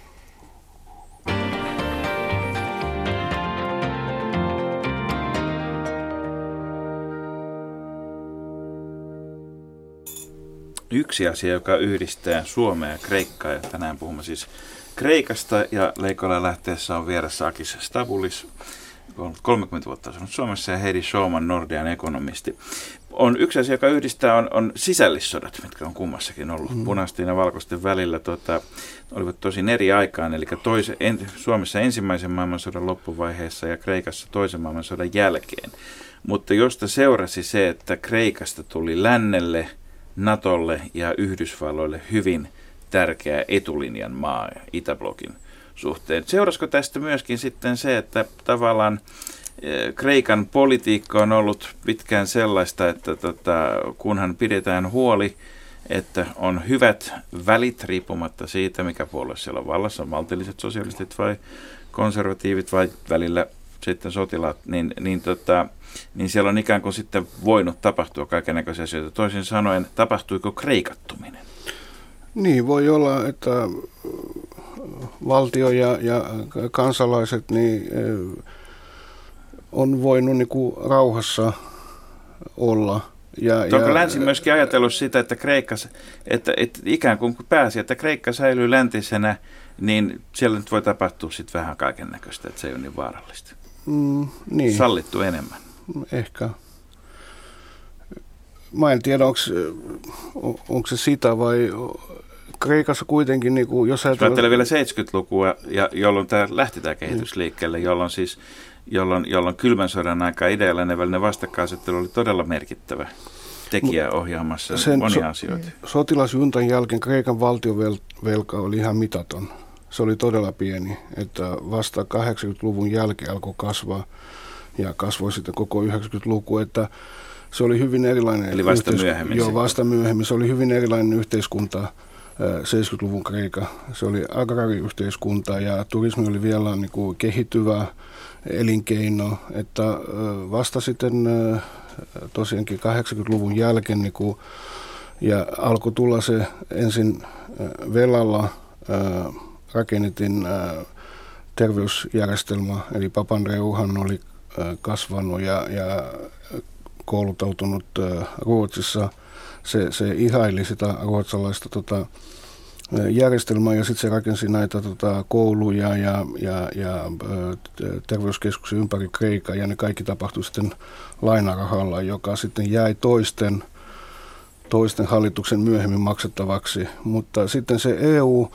Yksi asia, joka yhdistää Suomea ja Kreikkaa, ja tänään puhumme siis Kreikasta, ja Leikola lähteessä on vieressä Akis Stabulis, kolmekymmentä vuotta asunut Suomessa, ja Heidi Schauman, Nordean ekonomisti. On yksi asia, joka yhdistää, on, on sisällissodat, mitkä on kummassakin ollut mm. punaisten ja valkoisten välillä. Tota, olivat tosin eri aikaan, eli toise, en, Suomessa ensimmäisen maailmansodan loppuvaiheessa ja Kreikassa toisen maailmansodan jälkeen. Mutta josta seurasi se, että Kreikasta tuli lännelle, Natolle ja Yhdysvalloille hyvin tärkeä etulinjan maa Itäblokin suhteen. Seurasko tästä myöskin sitten se, että tavallaan Kreikan politiikka on ollut pitkään sellaista, että tota, kunhan pidetään huoli, että on hyvät välit riippumatta siitä, mikä puolue siellä on vallassa, maltilliset sosialistit vai konservatiivit vai välillä sitten sotilaat, niin, niin, tota, niin siellä on ikään kuin sitten voinut tapahtua kaikennäköisiä asioita. Toisin sanoen, tapahtuiko kreikattuminen? Niin, voi olla, että valtio ja, ja kansalaiset niin, on voinut niin kuin rauhassa olla. Ja, Onko ja, länsi myöskin ajatellut sitä, että, Kreikka, että, että ikään kuin pääsi, että Kreikka säilyy läntisenä, niin siellä nyt voi tapahtua sitten vähän kaiken näköistä, että se ei ole niin vaarallista. Mm, niin. Sallittu enemmän. Ehkä. Mä en tiedä, onko se sitä vai Kreikassa kuitenkin, niin kuin, jos ajatellaan... Ajattelen vielä seitsemänkymmentälukua, ja jolloin tämä lähti tämä kehitys liikkeelle, jolloin siis jolloin, jolloin kylmän sodan aikaa ideallinen välinen vastakkainasettelu oli todella merkittävä tekijä ohjaamassa sen monia so, asioita. Sotilasjuntan jälkeen Kreikan valtiovelka oli ihan mitaton. Se oli todella pieni, että vasta kahdeksankymmentäluvun jälkeen alkoi kasvaa ja kasvoi sitten koko yhdeksänkymmentäluku, että se oli hyvin erilainen. Eli vasta yhteisku- myöhemmin. Joo, vasta myöhemmin. Se oli hyvin erilainen yhteiskunta, seitsemänkymmentäluvun Kreikka. Se oli agrariyhteiskunta ja turismi oli vielä niin kuin kehittyvä elinkeino, että vasta sitten tosiaankin kahdeksankymmentäluvun jälkeen niin kuin, ja alkoi tulla se ensin velalla rakennettiin terveysjärjestelmä, eli Papandreouhan oli kasvanut ja, ja kouluttautunut Ruotsissa. Se, se ihaili sitä ruotsalaista tota, järjestelmää ja sitten se rakensi näitä tota, kouluja ja, ja, ja terveyskeskuksia ympäri Kreikaa ja ne kaikki tapahtui sitten lainarahalla, joka sitten jäi toisten, toisten hallituksen myöhemmin maksettavaksi. Mutta sitten se E U,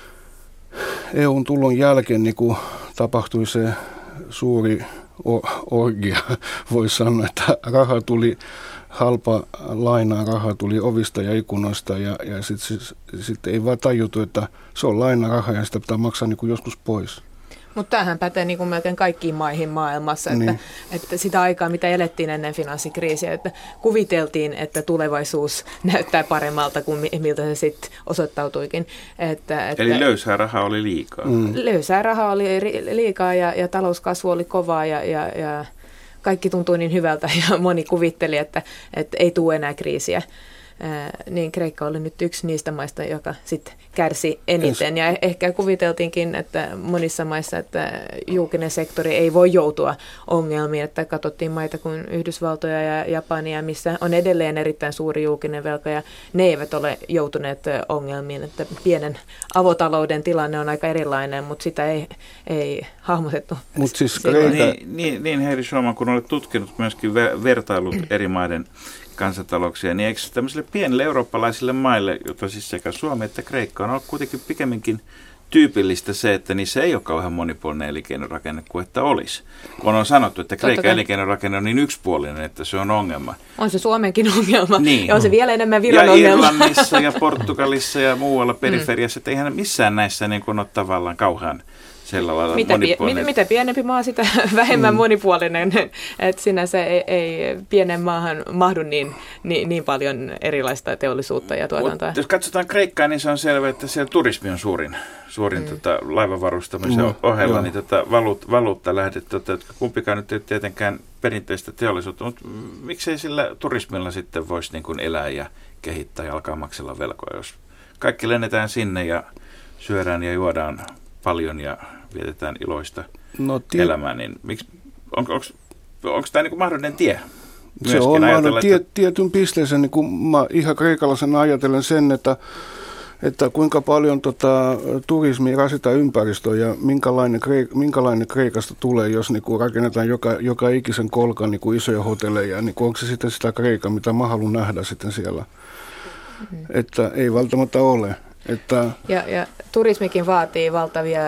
E U:n tulon jälkeen niin kuin tapahtui se suuri orgia, voi sanoa, että raha tuli, halpa lainaa raha tuli ovista ja ikkunoista ja, ja sitten sit ei vaan tajutu, että se on lainaraha ja sitä pitää maksaa niin kuin joskus pois. Mutta tämähän pätee niin kuin melkein kaikkiin maihin maailmassa, että, niin. että sitä aikaa, mitä elettiin ennen finanssikriisiä, että kuviteltiin, että tulevaisuus näyttää paremmalta kuin miltä se sitten osoittautuikin. Että, että Eli löysää rahaa oli liikaa. Mm. Löysää rahaa oli liikaa ja, ja talouskasvu oli kovaa ja, ja, ja kaikki tuntui niin hyvältä ja moni kuvitteli, että, että ei tule enää kriisiä. Ää, niin Kreikka oli nyt yksi niistä maista, joka sitten kärsi eniten. Ja ehkä kuviteltiinkin, että monissa maissa, että julkinen sektori ei voi joutua ongelmiin. Että katsottiin maita kuin Yhdysvaltoja ja Japania, missä on edelleen erittäin suuri julkinen velka ja ne eivät ole joutuneet ongelmiin. Että pienen avotalouden tilanne on aika erilainen, mutta sitä ei, ei hahmotettu. Mut siis Kreikka... Niin, niin, niin Heidi Schauman, kun olet tutkinut myöskin vertailut eri maiden kansantalouksia, niin eikö tämmöisille pienille eurooppalaisille maille, joita siis sekä Suomi että Kreikka on ollut kuitenkin pikemminkin tyypillistä se, että niissä ei ole kauhean monipuolinen elinkeinorakenne kuin että olisi. Kun on sanottu, että Kreikan elinkeinorakenne on niin yksipuolinen, että se on ongelma. On se Suomenkin ongelma, niin. ja on se vielä enemmän Viron ja ongelma. Ja Irlannissa ja Portugalissa ja muualla periferiassa, että eihän missään näissä niin kuin ole tavallaan kauhean sillä lailla mitä, monipuolinen. Mitä, mitä pienempi maa, sitä vähemmän mm. monipuolinen. Että sinänsä ei, ei pienen maahan mahdu niin, niin, niin paljon erilaista teollisuutta ja tuotantoa. Mut jos katsotaan Kreikkaa, niin se on selvä, että siellä turismi on suurin, suurin mm. tota, laivavarustamisen mm. ohella. Mm. Niin tota, valuut, valuutta lähdet, tota, kumpikaan nyt ei tietenkään perinteistä teollisuutta, mutta miksei sillä turismilla sitten voisi niin kuin elää ja kehittää ja alkaa maksella velkoja, jos kaikki lennetään sinne ja syödään ja juodaan paljon ja vietetään iloista no, tie- elämää, niin miksi, on, onko, onko tämä niin kuin mahdollinen tie? Se on mahdollinen tie, tietyn pisteeseen, niin kuin mä ihan kreikalaisena ajatellen sen, että, että kuinka paljon tota, turismi rasittaa ympäristöä ja minkälainen, Kreik- minkälainen Kreikasta tulee, jos niin kuin rakennetaan joka, joka ikisen kolkan niin kuin isoja hotelleja, niin kuin onko se sitten sitä Kreikkaa, mitä mä haluan nähdä sitten siellä, mm-hmm. että ei välttämättä ole. Että ja, ja turismikin vaatii valtavia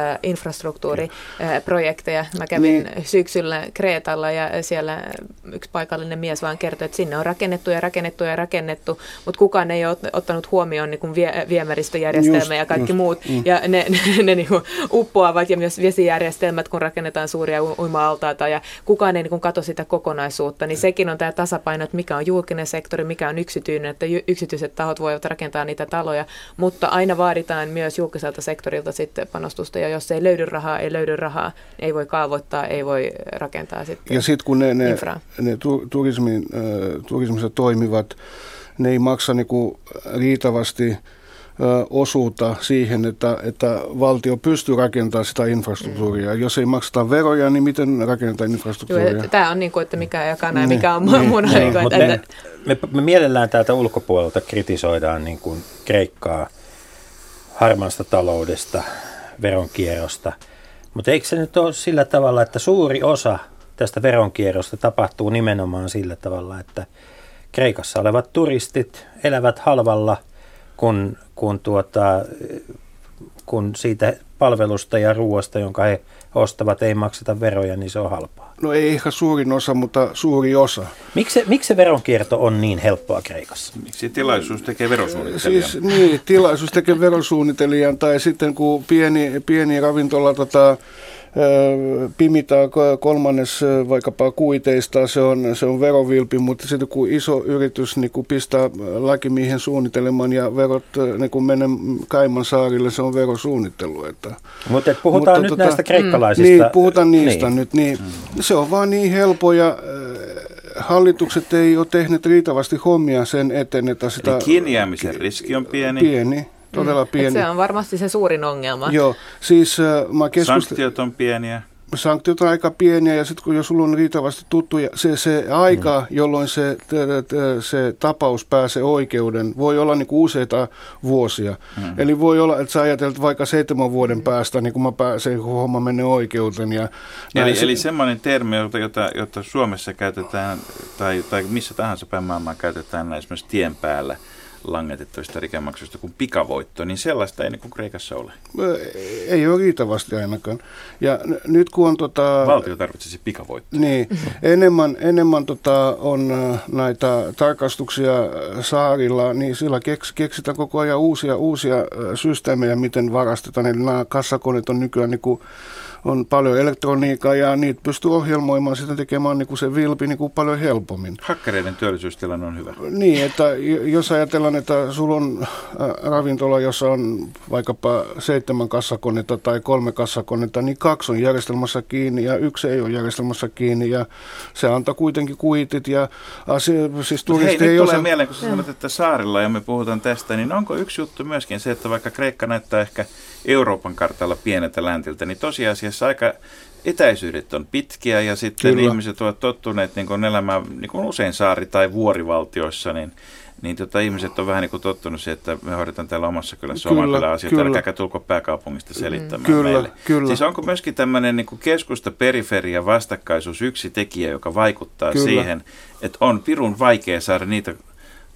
infrastruktuuriprojekteja. Mä kävin niin. syksyllä Kreetalla ja siellä yksi paikallinen mies vaan kertoi, että sinne on rakennettu ja rakennettu ja rakennettu, mutta kukaan ei ole ottanut huomioon niin kuin vie, viemäristöjärjestelmä ja kaikki just, muut. Mm. Ja ne, ne, ne niin kuin uppoavat ja myös vesijärjestelmät, kun rakennetaan suuria uima-altaita ja kukaan ei niin kuin katso sitä kokonaisuutta. Niin sekin on tämä tasapaino, että mikä on julkinen sektori, mikä on yksityinen, että yksityiset tahot voivat rakentaa niitä taloja, mutta aina vaaditaan myös julkiselta sektorilta sitten panostusta, ja jos ei löydy rahaa, ei löydy rahaa, ei voi kaavoittaa, ei voi rakentaa sitten ja sitten kun ne, ne, ne tu, turismin, äh, turismissa toimivat, ne ei maksa niinku riittävästi äh, osuutta siihen, että, että valtio pystyy rakentamaan sitä infrastruktuuria. Mm. Jos ei makseta veroja, niin miten rakennetaan infrastruktuuria? Tämä on niin kuin, että mikä on kana ja mikä on niin, muna. Niin, niin, me, me, me mielellään täältä ulkopuolelta kritisoidaan niin kuin Kreikkaa harmaasta taloudesta, veronkierrosta. Mutta eikö se nyt ole sillä tavalla, että suuri osa tästä veronkierrosta tapahtuu nimenomaan sillä tavalla, että Kreikassa olevat turistit elävät halvalla, kun, kun, tuota, kun siitä palvelusta ja ruoasta, jonka he ostavat, ei makseta veroja, niin se on halpaa. No ei ehkä suurin osa, mutta suuri osa. Miksi, miksi se veronkierto on niin helppoa Kreikassa? Miksi tilaisuus tekee verosuunnittelijan? Siis niin, tilaisuus tekee verosuunnittelijan, tai sitten kun pieni, pieni ravintola tota, pimitää kolmannes vaikkapa kuiteista, se on, se on verovilpi, mutta sitten kun iso yritys niin kun pistää lakimiehen suunnittelemaan ja verot niin kun menee Caymansaarille, se on verosuunnittelu. Että. Mutta puhutaan mutta nyt tota, näistä kreikkalaisista. Niin, puhutaan niistä niin. nyt. Niin. Mm. Se on vaan niin helppo ja hallitukset ei ole tehneet riittävästi hommia sen eteen, että sitä... Eli kiinni jäämisen riski on pieni. Pieni. Todella pieni. Et se on varmasti se suurin ongelma. Joo, siis uh, mä keskust... Sanktiot on pieniä. Sanktiot on aika pieniä ja sitten kun jos sulla on riittävästi tuttuja, se, se aika, mm. jolloin se, se tapaus pääsee oikeuden, voi olla niinku useita vuosia. Mm. Eli voi olla, että sä ajatelt vaikka seitsemän vuoden päästä, niin kun mä pääsen, kun homma menee oikeuteen. Ja eli, se... eli semmoinen termi, jota, jota Suomessa käytetään, tai, tai missä tahansa päin maailmaa käytetään esimerkiksi tien päällä langetettavista rikemaksuista kuin pikavoitto, niin sellaista ei niin kuin Kreikassa ole. Ei ole riittävästi ainakaan. Ja n- nyt kun on tota... Valtio tarvitsisi pikavoittoa. Niin, enemmän, enemmän tota on näitä tarkastuksia saarilla, niin sillä keks, keksitään koko ajan uusia, uusia systeemejä, miten varastetaan. Eli nämä kassakoneet on nykyään niin kuin on paljon elektroniikkaa ja niitä pystyy ohjelmoimaan, sitten tekemään niin kuin se vilpi niin kuin paljon helpommin. Hakkereiden työllisyystilanne on hyvä. Niin, että jos ajatellaan, että sulla on ravintola, jossa on vaikkapa seitsemän kassakonetta tai kolme kassakonetta, niin kaksi on järjestelmässä kiinni ja yksi ei ole järjestelmässä kiinni ja se antaa kuitenkin kuitit ja asia, siis turisti hei, ei nyt osa... tulee mieleen, kun sä sanot, että saarilla ja me puhutaan tästä, niin onko yksi juttu myöskin se, että vaikka Kreikka näyttää ehkä Euroopan kartalla pieneltä läntiltä, niin tosiasiassa aika etäisyydet on pitkiä ja sitten Kyllä. ihmiset ovat tottuneet niin kuin elämään niin kuin usein saari- tai vuorivaltioissa, niin, niin tota, ihmiset on vähän niin kuin tottunut siihen, että me hoidetaan täällä omassa kylässä oman kylän asioita, älkääkä tulko pääkaupungista selittämään kyllä, meille. Kyllä. Siis onko myöskin tämmöinen niin kuin keskusta-periferia vastakkaisuus yksi tekijä, joka vaikuttaa kyllä. siihen, että on pirun vaikea saada niitä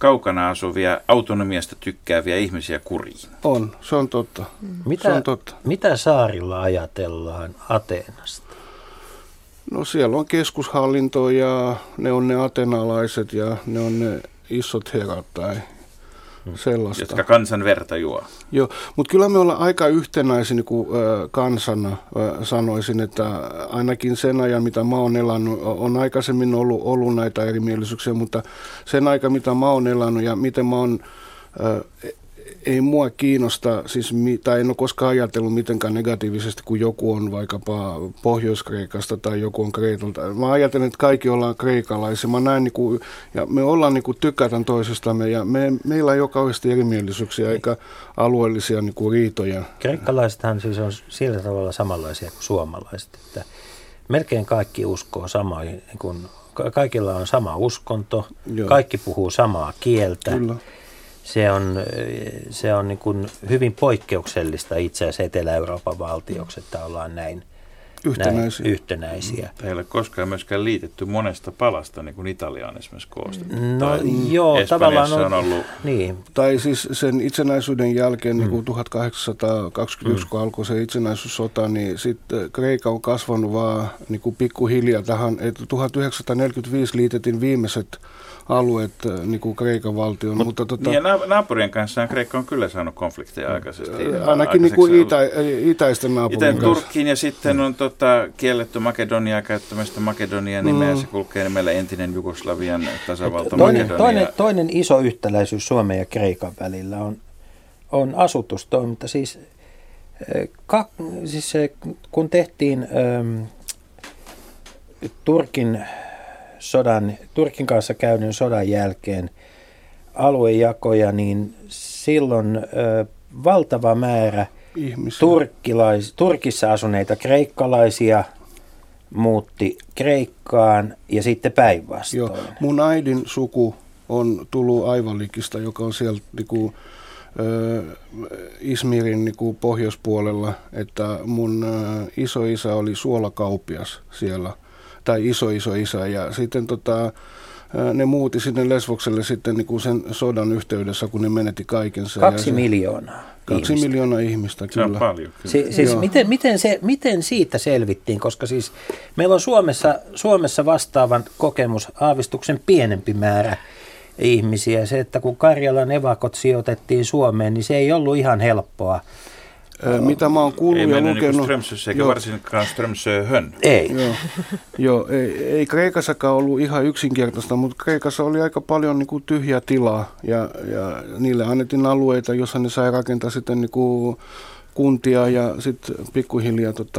kaukana asuvia, autonomiasta tykkääviä ihmisiä kuriin. On, se on totta. Mitä, se on totta. mitä saarilla ajatellaan Ateenasta? No siellä on keskushallinto ja ne on ne atenalaiset ja ne on ne isot herrat tai sellaista. Jotka kansan verta juo. Joo, mutta kyllä me ollaan aika yhtenäisiä niin kuin, ö, kansana, ö, sanoisin, että ainakin sen ajan, mitä mä oon elannut, on aikaisemmin ollut, ollut näitä erimielisyyksiä, mutta sen aika, mitä mä oon elannut ja miten mä oon, ö, ei mua kiinnosta, siis, tai en ole koskaan ajatellut mitenkään negatiivisesti, kun joku on vaikkapa Pohjois-Kreikasta tai joku on Kreetalta. Mä ajattelen, että kaikki ollaan kreikalaisia. Mä näen, niin kuin, ja me ollaan niin kuin tykätään toisistamme, ja me, meillä ei ole kauheasti erimielisyyksiä eikä alueellisia niin kuin riitoja. Kreikkalaisethan siis on sillä tavalla samanlaisia kuin suomalaiset, että melkein kaikki uskoo samaa, niin kuin, kaikilla on sama uskonto, Joo. kaikki puhuu samaa kieltä. Kyllä. Se on, se on niin kuin hyvin poikkeuksellista itse asiassa Etelä-Euroopan valtioksi, että ollaan näin yhtenäisiä. Näin yhtenäisiä. Ei ole koskaan myöskään liitetty monesta palasta, niin kuin Italia on esimerkiksi koostettu. No tai joo, tavallaan on, on ollut... Niin. Tai siis sen itsenäisyyden jälkeen, mm. niin kuin tuhatkahdeksansataakaksikymmentäyksi, mm. kun alkoi se itsenäisyyssota, niin sitten Kreikka on kasvanut vaan niin kuin pikkuhiljaa tähän, että tuhatyhdeksänsataaneljäkymmentäviisi liitettiin viimeiset alueet niin kuin Kreikan valtioon. Mut, mutta tota, niin naapurien kanssa Kreikka on kyllä saanut konflikteja aikaisesti. Ainakin niin kuin itä, itäisten naapurien kanssa. Turkkiin ja sitten on tota, kielletty Makedoniaa käyttämästä Makedonian nimeä. Mm. Se kulkee nimellä entinen Jugoslavian tasavalta toinen, Makedonia. Toinen, toinen iso yhtäläisyys Suomen ja Kreikan välillä on, on asutustoiminta. Siis, ka, siis kun tehtiin ähm, Turkin... Sodan, Turkin kanssa käydyn sodan jälkeen aluejakoja, niin silloin ö, valtava määrä turkkilais, Turkissa asuneita kreikkalaisia muutti Kreikkaan ja sitten päinvastoin. Joo, mun äidin suku on tullut Aivalikista, joka on siellä niinku, ö, Izmirin niinku, pohjoispuolella, että mun ö, isoisä oli suolakauppias siellä. Tai iso iso isä, ja sitten tota, ne muutti sinne Lesvokselle sitten niin kuin sen sodan yhteydessä, kun ne menetti kaikensa. Kaksi ja se, miljoonaa Kaksi ihmistä. miljoonaa ihmistä, kyllä. Se on paljon. Kyllä. Si- siis miten, miten, se, miten siitä selvittiin, koska siis meillä on Suomessa, Suomessa vastaavan kokemus aavistuksen pienempi määrä ihmisiä. Se, että kun Karjalan evakot sijoitettiin Suomeen, niin se ei ollut ihan helppoa. Mitä mä oon kuullut ei ja lukenut. Ei lukenut. Strömsössä eikä varsinkaan Strömsöhön. Ei. Joo, Joo ei, ei Kreikassakaan ollut ihan yksinkertaista, mutta Kreikassa oli aika paljon niin kuin tyhjää tilaa ja, ja niille annettiin alueita, jossa ne sai rakentaa sitten niin kuin kuntia ja sitten pikkuhiljaa tota,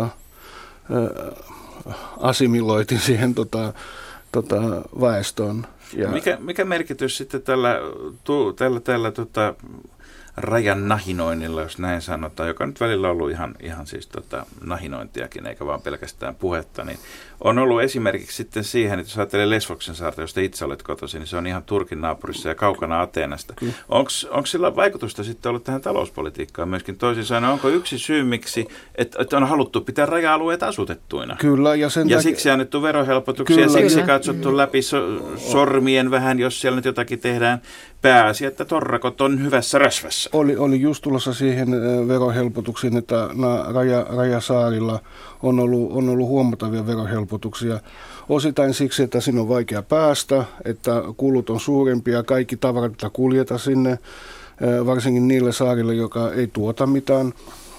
äh, assimiloitiin siihen tota, tota, väestöön. Ja mikä, mikä merkitys sitten tällä, tu, tällä, tällä tota, rajan nahinoinnilla, jos näin sanotaan, joka nyt välillä on ollut ihan, ihan siis tota, nahinointiakin, eikä vaan pelkästään puhetta, niin on ollut esimerkiksi sitten siihen, että jos ajattelee Lesvoksen saarta, josta itse olet kotoisin, niin se on ihan Turkin naapurissa ja kaukana Ateenasta. Onko sillä vaikutusta sitten ollut tähän talouspolitiikkaan myöskin? Toisin sanoen, onko yksi syy, miksi että, että on haluttu pitää raja-alueet asutettuina? Kyllä. Ja, sen ja takia... siksi annettu verohelpotuksia ja siksi kyllä. katsottu mm. läpi so, sormien vähän, jos siellä nyt jotakin tehdään. Pääasia, että torrakot on hyvässä rasvassa. Oli, oli just tulossa siihen verohelpotuksiin, että raja, rajasaarilla on ollut, on ollut huomattavia verohelpotuksia. Osittain siksi, että sinne on vaikea päästä, että kulut on suurempia, kaikki tavarat kuljeta sinne, varsinkin niille saarille, joka ei tuota mitään.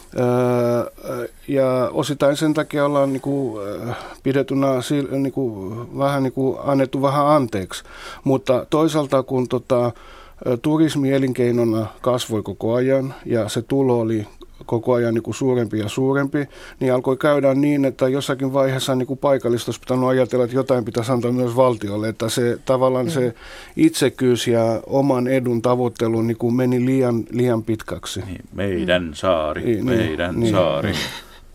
Ja osittain sen takia ollaan niinku pidetynä niinku, vähän niinku annettu vähän anteeksi, mutta toisaalta kun tota, turismi elinkeinona kasvoi koko ajan ja se tulo oli koko ajan niin kuin suurempi ja suurempi, niin alkoi käydä niin, että jossakin vaiheessa niin kuin paikallista olisi pitänyt ajatella, että jotain pitäisi antaa myös valtiolle, että se tavallaan mm. se itsekyys ja oman edun tavoittelu niin kuin meni liian, liian pitkäksi. Niin, meidän saari, niin, meidän niin, saari. Niin.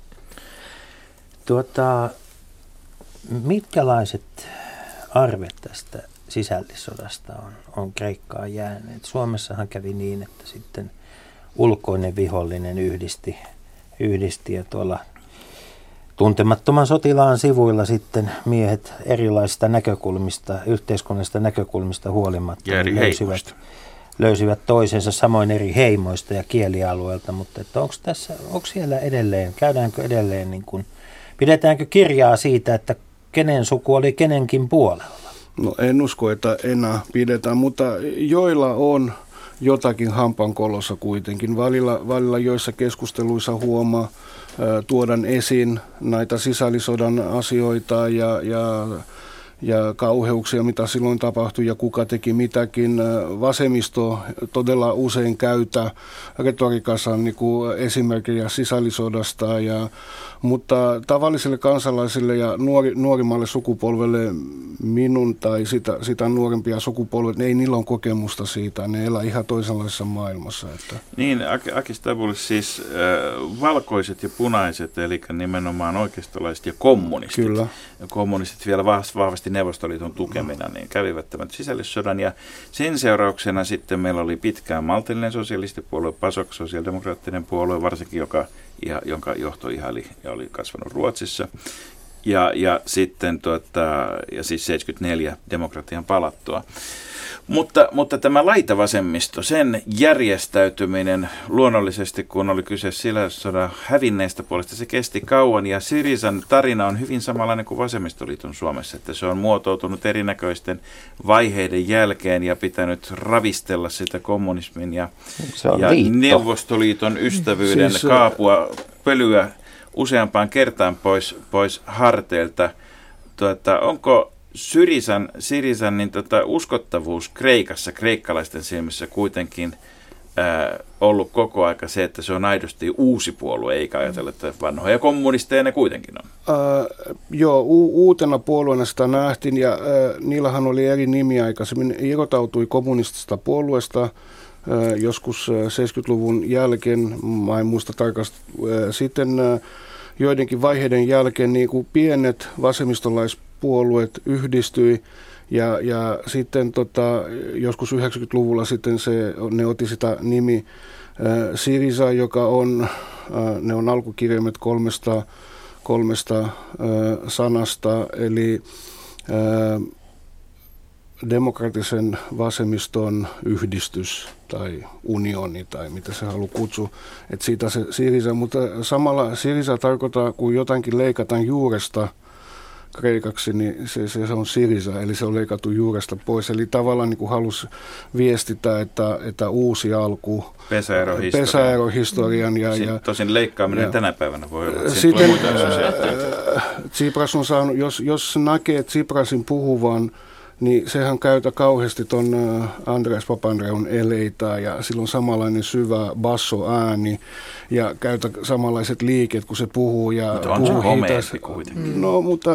Tuota, mitkälaiset arvet tästä sisällissodasta on, on Kreikkaan jääneet? Suomessahan kävi niin, että sitten ulkoinen vihollinen yhdisti, yhdisti ja tuolla tuntemattoman sotilaan sivuilla sitten miehet erilaisista näkökulmista, yhteiskunnallisista näkökulmista huolimatta niin löysivät, löysivät toisensa samoin eri heimoista ja kielialueilta, mutta että onko tässä, onko siellä edelleen, käydäänkö edelleen, niin kuin, pidetäänkö kirjaa siitä, että kenen suku oli kenenkin puolella? No en usko, että enää pidetään, mutta joilla on jotakin hampankolossa kuitenkin. Välillä, välillä joissa keskusteluissa huomaa tuodan esiin näitä sisällissodan asioita ja, ja, ja kauheuksia, mitä silloin tapahtui ja kuka teki mitäkin. Vasemmisto todella usein käyttää retorikassa niin kuin esimerkkejä sisällissodasta, ja, mutta tavallisille kansalaisille ja nuori, nuorimmalle sukupolvelle, minun tai sitä, sitä nuorempia sukupolvia, ei niillä ole kokemusta siitä, ne elää ihan toisenlaisessa maailmassa. Että. Niin, Aki Stabulis, siis äh, valkoiset ja punaiset, eli nimenomaan oikeistolaiset ja kommunistit. Kyllä. Ja kommunistit vielä vahvasti Neuvostoliiton tukemina, niin kävivät tämän sisällissodan, ja sen seurauksena sitten meillä oli pitkään maltillinen sosialistipuolue, PASOK, sosiaalidemokraattinen puolue, varsinkin joka, jonka johto ihaili ja oli kasvanut Ruotsissa. Ja, ja sitten tuota, ja siis seitsemänkymmentäneljä demokratian palattua. Mutta, mutta tämä laitavasemmisto, sen järjestäytyminen luonnollisesti, kun oli kyse sisällissodan hävinneestä puolesta, se kesti kauan. Ja Syrizan tarina on hyvin samanlainen kuin vasemmistoliiton Suomessa, että se on muotoutunut erinäköisten vaiheiden jälkeen ja pitänyt ravistella sitä kommunismin ja, ja Neuvostoliiton ystävyyden siis, kaapua, pölyä useampaan kertaan pois, pois harteilta. Tuota, onko Syrizan, Syrizan niin tota, uskottavuus Kreikassa, kreikkalaisten silmissä kuitenkin ää, ollut koko aika se, että se on aidosti uusi puolue, eikä ajatella, että vanhoja kommunisteja ne kuitenkin on? Äh, joo, u- uutena puolueena sitä nähtiin, ja äh, niillähän oli eri nimi aikaisemmin. Irrotautui kommunistisesta puolueesta äh, joskus äh, seitsemänkymmentäluvun jälkeen, mä en muista tarkasti, äh, sitten äh, joidenkin vaiheiden jälkeen niin kuin pienet vasemmistolaispuolueet yhdistyi, ja, ja sitten tota, joskus yhdeksänkymmentäluvulla sitten se, ne otti sitä nimi äh, Syriza, joka on, äh, ne on alkukirjaimet kolmesta, kolmesta äh, sanasta, eli äh, demokraattisen vasemmiston yhdistys tai unioni tai mitä se haluaa kutsua, että siitä se Syriza, mutta samalla Syriza tarkoittaa, kun jotakin leikataan juuresta kreikaksi, niin se, se on Syriza, eli se on leikattu juuresta pois, eli tavallaan niin kuin halusi viestittää, että, että uusi alku, pesäerohistorian, pesäerohistorian ja, ja tosin leikkaaminen ja, tänä päivänä voi olla, sitten äh, Tsipras on saanut, jos, jos näkee Tsiprasin puhuvan, niin sehän käytä kauheasti tuon Andreas Papandreun eleitä ja silloin samanlainen syvä basso-ääni ja käytä samanlaiset liiket, kun se puhuu. Ja mutta on se homeempi kuitenkin. No, mutta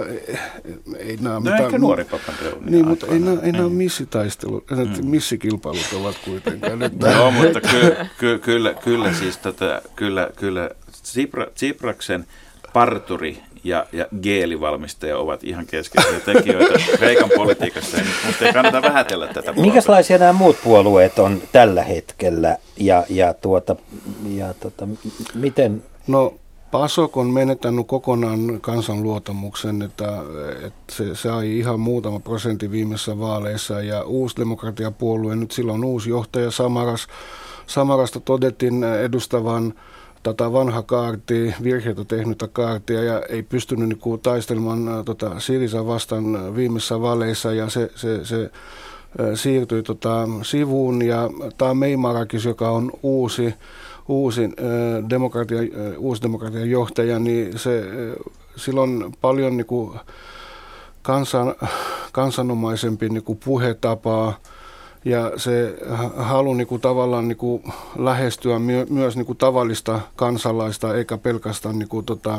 ei nämä... No mitä, ehkä nuori Papandreou. Niin, mutta ei nämä, ei nämä missitaistelu, mm. missikilpailut ovat kuitenkaan. Joo, mutta ky, ky, kyllä, kyllä siis tota, kyllä, kyllä Tsipra, Tsipraksen parturi ja, ja geelivalmistaja ovat ihan keskeisiä tekijöitä Kreikan politiikassa, mutta ei kannata vähätellä tätä puolta. Minkälaisia nämä muut puolueet on tällä hetkellä ja, ja, tuota, ja tuota, miten? No PASOK on menettänyt kokonaan kansan luottamuksen, että, että se sai ihan muutama prosentti viimeisissä vaaleissa, ja uusi demokratiapuolue, nyt sillä on uusi johtaja Samaras. Samarasta todettiin edustavan tätä vanha kaartia, virheitä tehnyttä kaartia, ja ei pystynyt niin kuin taistelemaan tota, Syrizaa vastaan viimeisissä vaaleissa, ja se, se, se äh, siirtyi tota, sivuun, ja tämä Meimarakis, joka on uusi, uusi, äh, demokratia, äh, uusi demokratian johtaja, niin se, äh, sillä on paljon niin kuin kansan, kansanomaisempi niin kuin puhetapaa, ja se halu niinku tavallaan niinku lähestyä my, myös niinku tavallista kansalaista, eikä pelkästään niinku tota,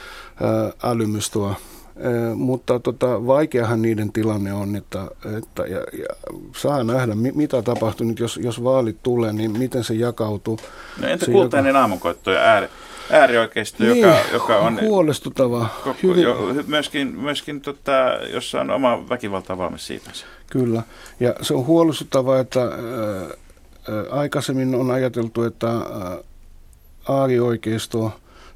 ä, älymystöä. Ä, mutta tota, vaikeahan niiden tilanne on, että, että ja, ja saa nähdä, mi, mitä tapahtuu nyt, jos, jos vaalit tulee, niin miten se jakautuu. No entä kultainen joka... aamunkoitto ja ääri? Äärioikeisto, niin, joka, joka on huolestuttava. Koko, jo, myöskin, myöskin tota, jossa on oma väkivaltaa valmis siipänsä. Kyllä, ja se on huolestuttava, että ää, aikaisemmin on ajateltu, että äärioikeisto,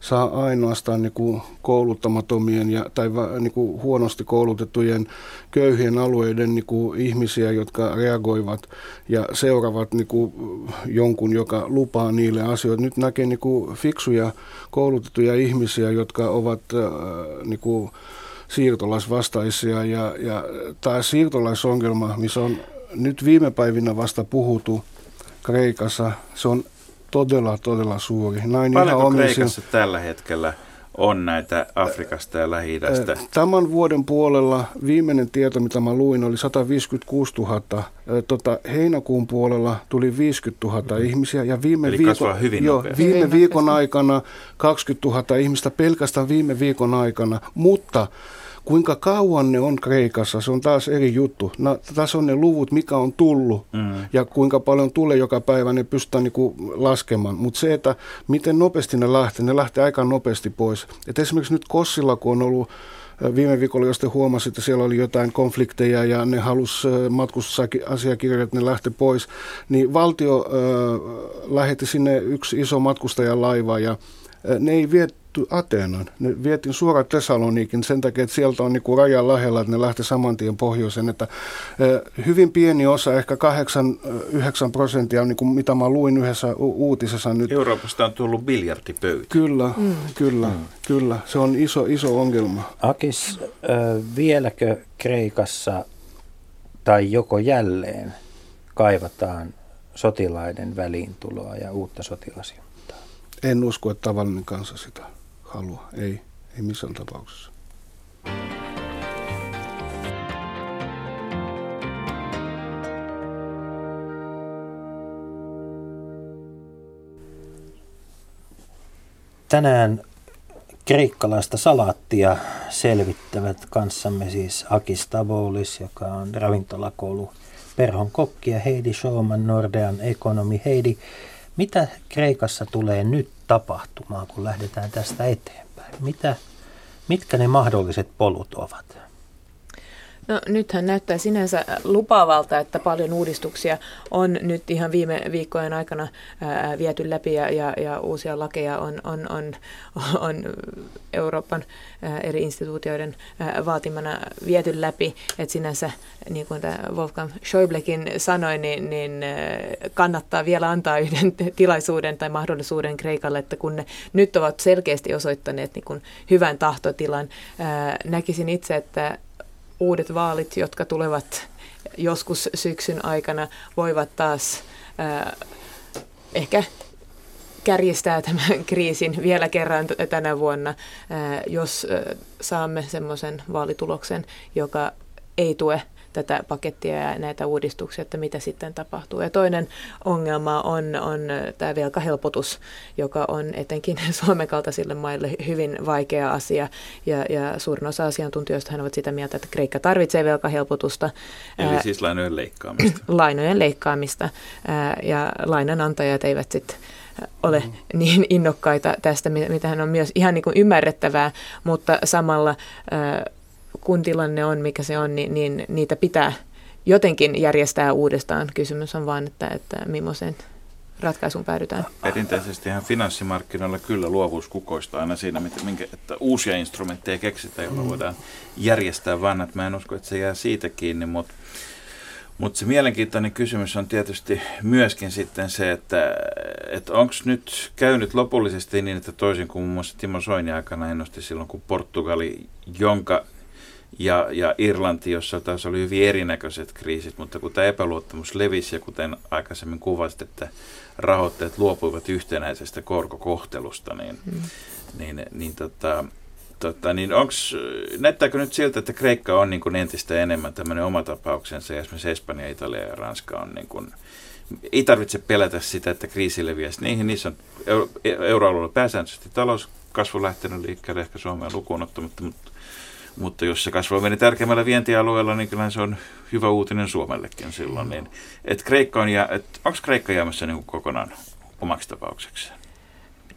saa ainoastaan niin kuin kouluttamattomien ja, tai va, niin kuin huonosti koulutettujen köyhien alueiden niin kuin ihmisiä, jotka reagoivat ja seuraavat niin kuin jonkun, joka lupaa niille asioita. Nyt näkee niin kuin fiksuja koulutettuja ihmisiä, jotka ovat äh, niin kuin siirtolaisvastaisia ja, ja tämä siirtolaisongelma, missä on nyt viime päivinä vasta puhuttu Kreikassa, se on todella, todella suuri. Näin Paljonko Kreikassa sin... tällä hetkellä on näitä Afrikasta ja Lähi-idästä? Tämän vuoden puolella viimeinen tieto, mitä mä luin, oli sata viisikymmentäkuusituhatta. Tota, heinäkuun puolella tuli viisikymmentätuhatta mm. ihmisiä. Ja viime Eli viikon, kasvaa hyvin jo, nopeasti. Viime viikon aikana kaksikymmentätuhatta ihmistä pelkästään viime viikon aikana. Mutta kuinka kauan ne on Kreikassa, se on taas eri juttu. No, tässä on ne luvut, mikä on tullut mm. ja kuinka paljon tulee joka päivä, ne pystytään niinku laskemaan. Mutta se, että miten nopeasti ne lähtee, ne lähtee aika nopeasti pois. Et esimerkiksi nyt Kossilla, kun on ollut viime viikolla, jos te huomasitte, että siellä oli jotain konflikteja ja ne halusi matkustusasiakirjat, ne lähti pois, niin valtio äh, lähetti sinne yksi iso matkustajalaiva ja äh, ne ei viety Ateenaan. Ne vietiin suoraan Tesalonikin sen takia, että sieltä on niinku rajan lähellä, että ne lähti saman tien pohjoiseen. Että, eh, hyvin pieni osa, ehkä kahdeksan yhdeksän prosenttia, niin kuin mitä mä luin yhdessä u- uutisessa nyt. Euroopasta on tullut biljardipöytä. Kyllä, mm. kyllä, mm. kyllä. Se on iso, iso ongelma. Akis, äh, vieläkö Kreikassa tai joko jälleen kaivataan sotilaiden väliintuloa ja uutta sotilasjuntaa? En usko, että tavallinen kansa sitä halua. Ei, ei missään tapauksessa. Tänään kreikkalaista salaattia selvittävät kanssamme siis Akis Taboulis, joka on ravintolakoulu Perhon kokki, ja Heidi Schauman, Nordean ekonomi. Heidi, mitä Kreikassa tulee nyt tapahtumaan, kun lähdetään tästä eteenpäin? Mitä, mitkä ne mahdolliset polut ovat? No nythän näyttää sinänsä lupaavalta, että paljon uudistuksia on nyt ihan viime viikkojen aikana ää, viety läpi ja, ja, ja uusia lakeja on, on, on, on Euroopan ää, eri instituutioiden ää, vaatimana viety läpi. Että sinänsä, niin kuin tämä Wolfgang Schäublekin sanoi, niin, niin ää, kannattaa vielä antaa yhden tilaisuuden tai mahdollisuuden Kreikalle, että kun ne nyt ovat selkeästi osoittaneet niin kuin hyvän tahtotilan, ää, näkisin itse, että uudet vaalit, jotka tulevat joskus syksyn aikana, voivat taas äh, ehkä kärjistää tämän kriisin vielä kerran t- tänä vuonna, äh, jos äh, saamme semmoisen vaalituloksen, joka ei tue tätä pakettia ja näitä uudistuksia, että mitä sitten tapahtuu. Ja toinen ongelma on, on tämä velkahelpotus, joka on etenkin Suomen kaltaisille maille hyvin vaikea asia. Ja, ja suurin osa asiantuntijoista ovat sitä mieltä, että Kreikka tarvitsee velkahelpotuota. Eli ää, siis lainojen leikkaamista. Lainojen leikkaamista. Ää, ja lainanantajat eivät sitten ole mm-hmm. niin innokkaita tästä, mitähän on myös ihan niin kuin ymmärrettävää, mutta samalla ää, kun tilanne on, mikä se on, niin, niin niitä pitää jotenkin järjestää uudestaan. Kysymys on vaan, että, että millaiseen ratkaisuun päädytään. Perinteisestihan finanssimarkkinoilla kyllä luovuus kukoistaa aina siinä, minkä, että uusia instrumentteja keksitään, joilla voidaan järjestää vannat. Mä en usko, että se jää siitä kiinni, mutta Mutta se mielenkiintoinen kysymys on tietysti myöskin sitten se, että, että onko nyt käynyt lopullisesti niin, että toisin kuin muun muassa Timo Soini aikana ennusti silloin, kun Portugali, jonka ja, ja Irlanti, jossa taas oli hyvin erinäköiset kriisit, mutta kun tämä epäluottamus levisi ja kuten aikaisemmin kuvasit, että rahoitteet luopuivat yhtenäisestä korkokohtelusta, niin, mm. niin, niin, tota, tota, niin onks, näyttääkö nyt siltä, että Kreikka on niin kuin entistä enemmän tämmöinen oma tapauksensa ja esimerkiksi Espanja, Italia ja Ranska on niin kuin, ei tarvitse pelätä sitä, että kriisi leviäisi niihin. Niissä on euro, euroalueella pääsääntöisesti talouskasvu lähtenyt liikkeelle, ehkä Suomea lukuun ottamatta, mutta, mutta jos se kasvaa meni tärkeimmällä vientialueella, niin kyllä se on hyvä uutinen Suomellekin silloin. Niin, et Kreikka on, ja, et, onko Kreikka jäämässä niin kuin kokonaan omaksi tapaukseksi?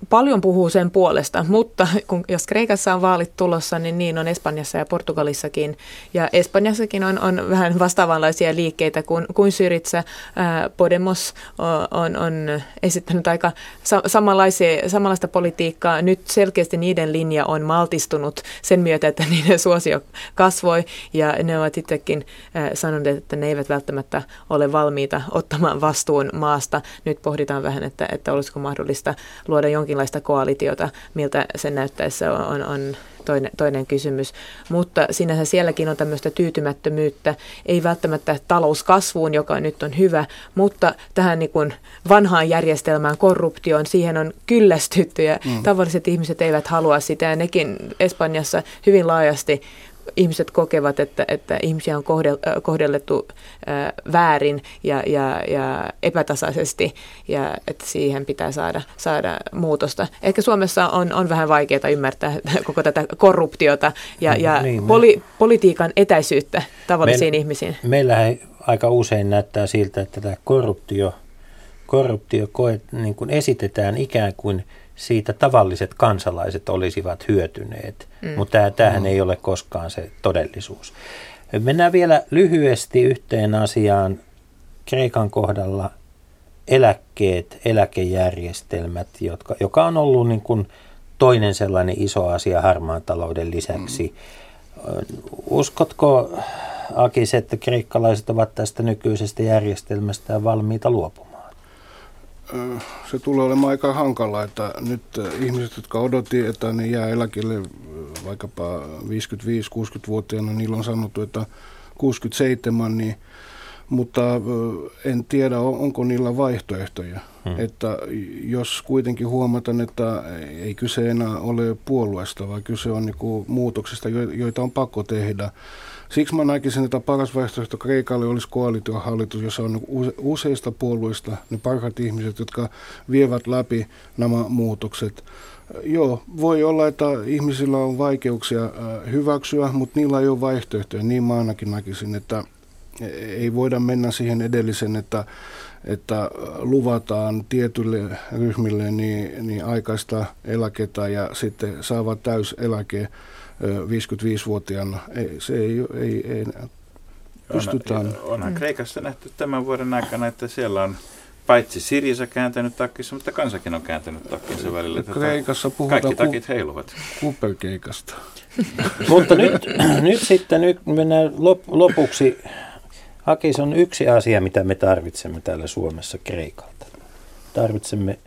paljon puhuu sen puolesta, mutta kun, jos Kreikassa on vaalit tulossa, niin niin on Espanjassa ja Portugalissakin. Ja Espanjassakin on, on vähän vastaavanlaisia liikkeitä kuin, kuin Syriza. Ää, Podemos on, on esittänyt aika sa- samanlaista politiikkaa. Nyt selkeästi niiden linja on maltistunut sen myötä, että niiden suosio kasvoi. Ja ne ovat itsekin ää, sanoneet, että ne eivät välttämättä ole valmiita ottamaan vastuun maasta. Nyt pohditaan vähän, että, että olisiko mahdollista luoda jonkinlaista koalitiota, miltä se näyttäessä on, on toinen, toinen kysymys. Mutta sinänsä sielläkin on tämmöistä tyytymättömyyttä, ei välttämättä talouskasvuun, joka nyt on hyvä, mutta tähän niin kuin vanhaan järjestelmään, korruptioon, siihen on kyllästytty ja mm. tavalliset ihmiset eivät halua sitä. Ja nekin Espanjassa hyvin laajasti ihmiset kokevat, että, että ihmisiä on kohdellettu äh, väärin ja, ja, ja epätasaisesti ja että siihen pitää saada, saada muutosta. Ehkä Suomessa on, on vähän vaikeaa ymmärtää koko tätä korruptiota ja, no, ja niin, poli, politiikan etäisyyttä tavallisiin me, ihmisiin. Meillähän aika usein näyttää siltä, että tämä korruptio, korruptio koet, niin kuin esitetään ikään kuin siitä tavalliset kansalaiset olisivat hyötyneet, mm. mutta tämähän mm. ei ole koskaan se todellisuus. Mennään vielä lyhyesti yhteen asiaan. Kreikan kohdalla eläkkeet, eläkejärjestelmät, jotka, joka on ollut niin kuin toinen sellainen iso asia harmaan talouden lisäksi. Mm. Uskotko, Akis, että kreikkalaiset ovat tästä nykyisestä järjestelmästä valmiita luopumaan? Se tulee olemaan aika hankala, että nyt ihmiset, jotka odotti, että ne jää eläkelle vaikkapa viisikymmentäviisi-kuusikymmentävuotiaana, niillä on sanottu, että kuusikymmentäseitsemän, niin, mutta en tiedä, onko niillä vaihtoehtoja. Hmm. Että jos kuitenkin huomataan, että ei kyse enää ole puolueesta, vaan kyse on niinku muutoksista, joita on pakko tehdä. Siksi mä näkisin, että paras vaihtoehto Kreikalle olisi koalitiohallitus, jossa on useista puolueista ne parhaat ihmiset, jotka vievät läpi nämä muutokset. Joo, voi olla, että ihmisillä on vaikeuksia hyväksyä, mutta niillä ei ole vaihtoehtoja. Niin mä ainakin näkisin, että ei voida mennä siihen edellisen, että, että luvataan tietyille ryhmille niin, niin aikaista eläkettä ja sitten saavat täyseläke viisikymmentäviisivuotiaana. Ei, se ei, ei, ei pystytään. On, onhan mm. Kreikassa nähty tämän vuoden aikana, että siellä on paitsi Syriza kääntänyt takkinsa, mutta kansakin on kääntänyt takkinsa välillä. Kreikassa puhutaan kaikki takit heiluvat. Kuperkeikasta. Mutta nyt, nyt sitten nyt mennään lop, lopuksi. Akis, on yksi asia, mitä me tarvitsemme täällä Suomessa Kreikalta. Tarvitsemme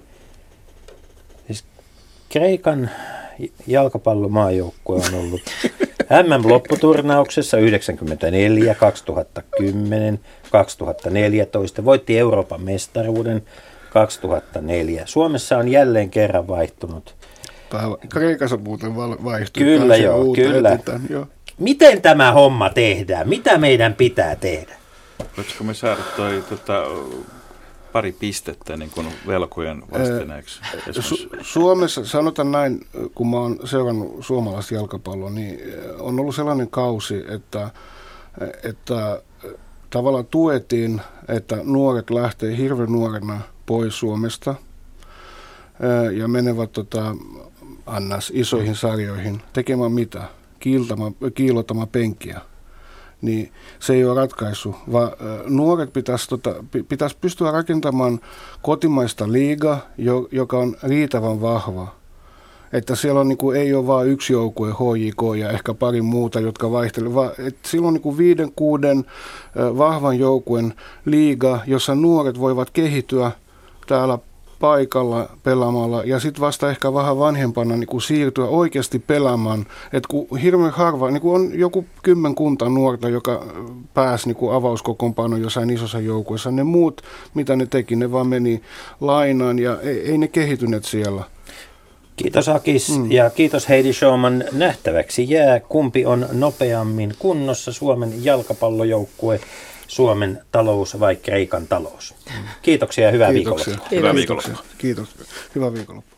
siis Kreikan jalkapallomaajoukkue on ollut M M-lopputurnauksessa yhdeksänkymmentäneljä, kaksituhattakymmenen, kaksituhattaneljätoista, voitti Euroopan mestaruuden kaksituhattaneljä. Suomessa on jälleen kerran vaihtunut. Kreikassa muuten vaihtui. Kyllä joo, kyllä. Etitan, joo. Miten tämä homma tehdään? Mitä meidän pitää tehdä? Voisiko me saada toi tota, pari pistettä niin kuin velkojen vastineeksi? Su- Suomessa, sanotaan näin, kun mä oon seurannut suomalaista jalkapalloa, niin on ollut sellainen kausi, että, että tavallaan tuettiin, että nuoret lähtee hirveän nuorena pois Suomesta ja menevät tota, annas isoihin sarjoihin tekemään mitä? Kiilottamaan penkkiä. Niin se ei ole ratkaisu, vaan nuoret pitäisi, tota, pitäisi pystyä rakentamaan kotimaista liigaa, joka on riittävän vahva. Että siellä on, niin kuin, ei ole vain yksi joukkue, H J K ja ehkä pari muuta, jotka vaihtelevat, vaan että siellä on niin kuin viiden, kuuden vahvan joukkueen liiga, jossa nuoret voivat kehittyä täällä paikalla pelaamalla ja sitten vasta ehkä vähän vanhempana niin kuin siirtyä oikeasti pelaamaan. Että kun hirveän harva, niin kuin on joku kymmenkunta nuorta, joka pääsi niin kuin avauskokoonpanoon jossain isossa joukossa, ne muut, mitä ne teki, ne vaan meni lainaan ja ei, ei ne kehittyneet siellä. Kiitos Akis mm. ja kiitos Heidi Schauman. Nähtäväksi jää, kumpi on nopeammin kunnossa, Suomen jalkapallojoukkue, Suomen talous vai Kreikan talous. Kiitoksia ja hyvää viikonloppua. Hyvää viikonloppua. Kiitos. Hyvää viikonloppua.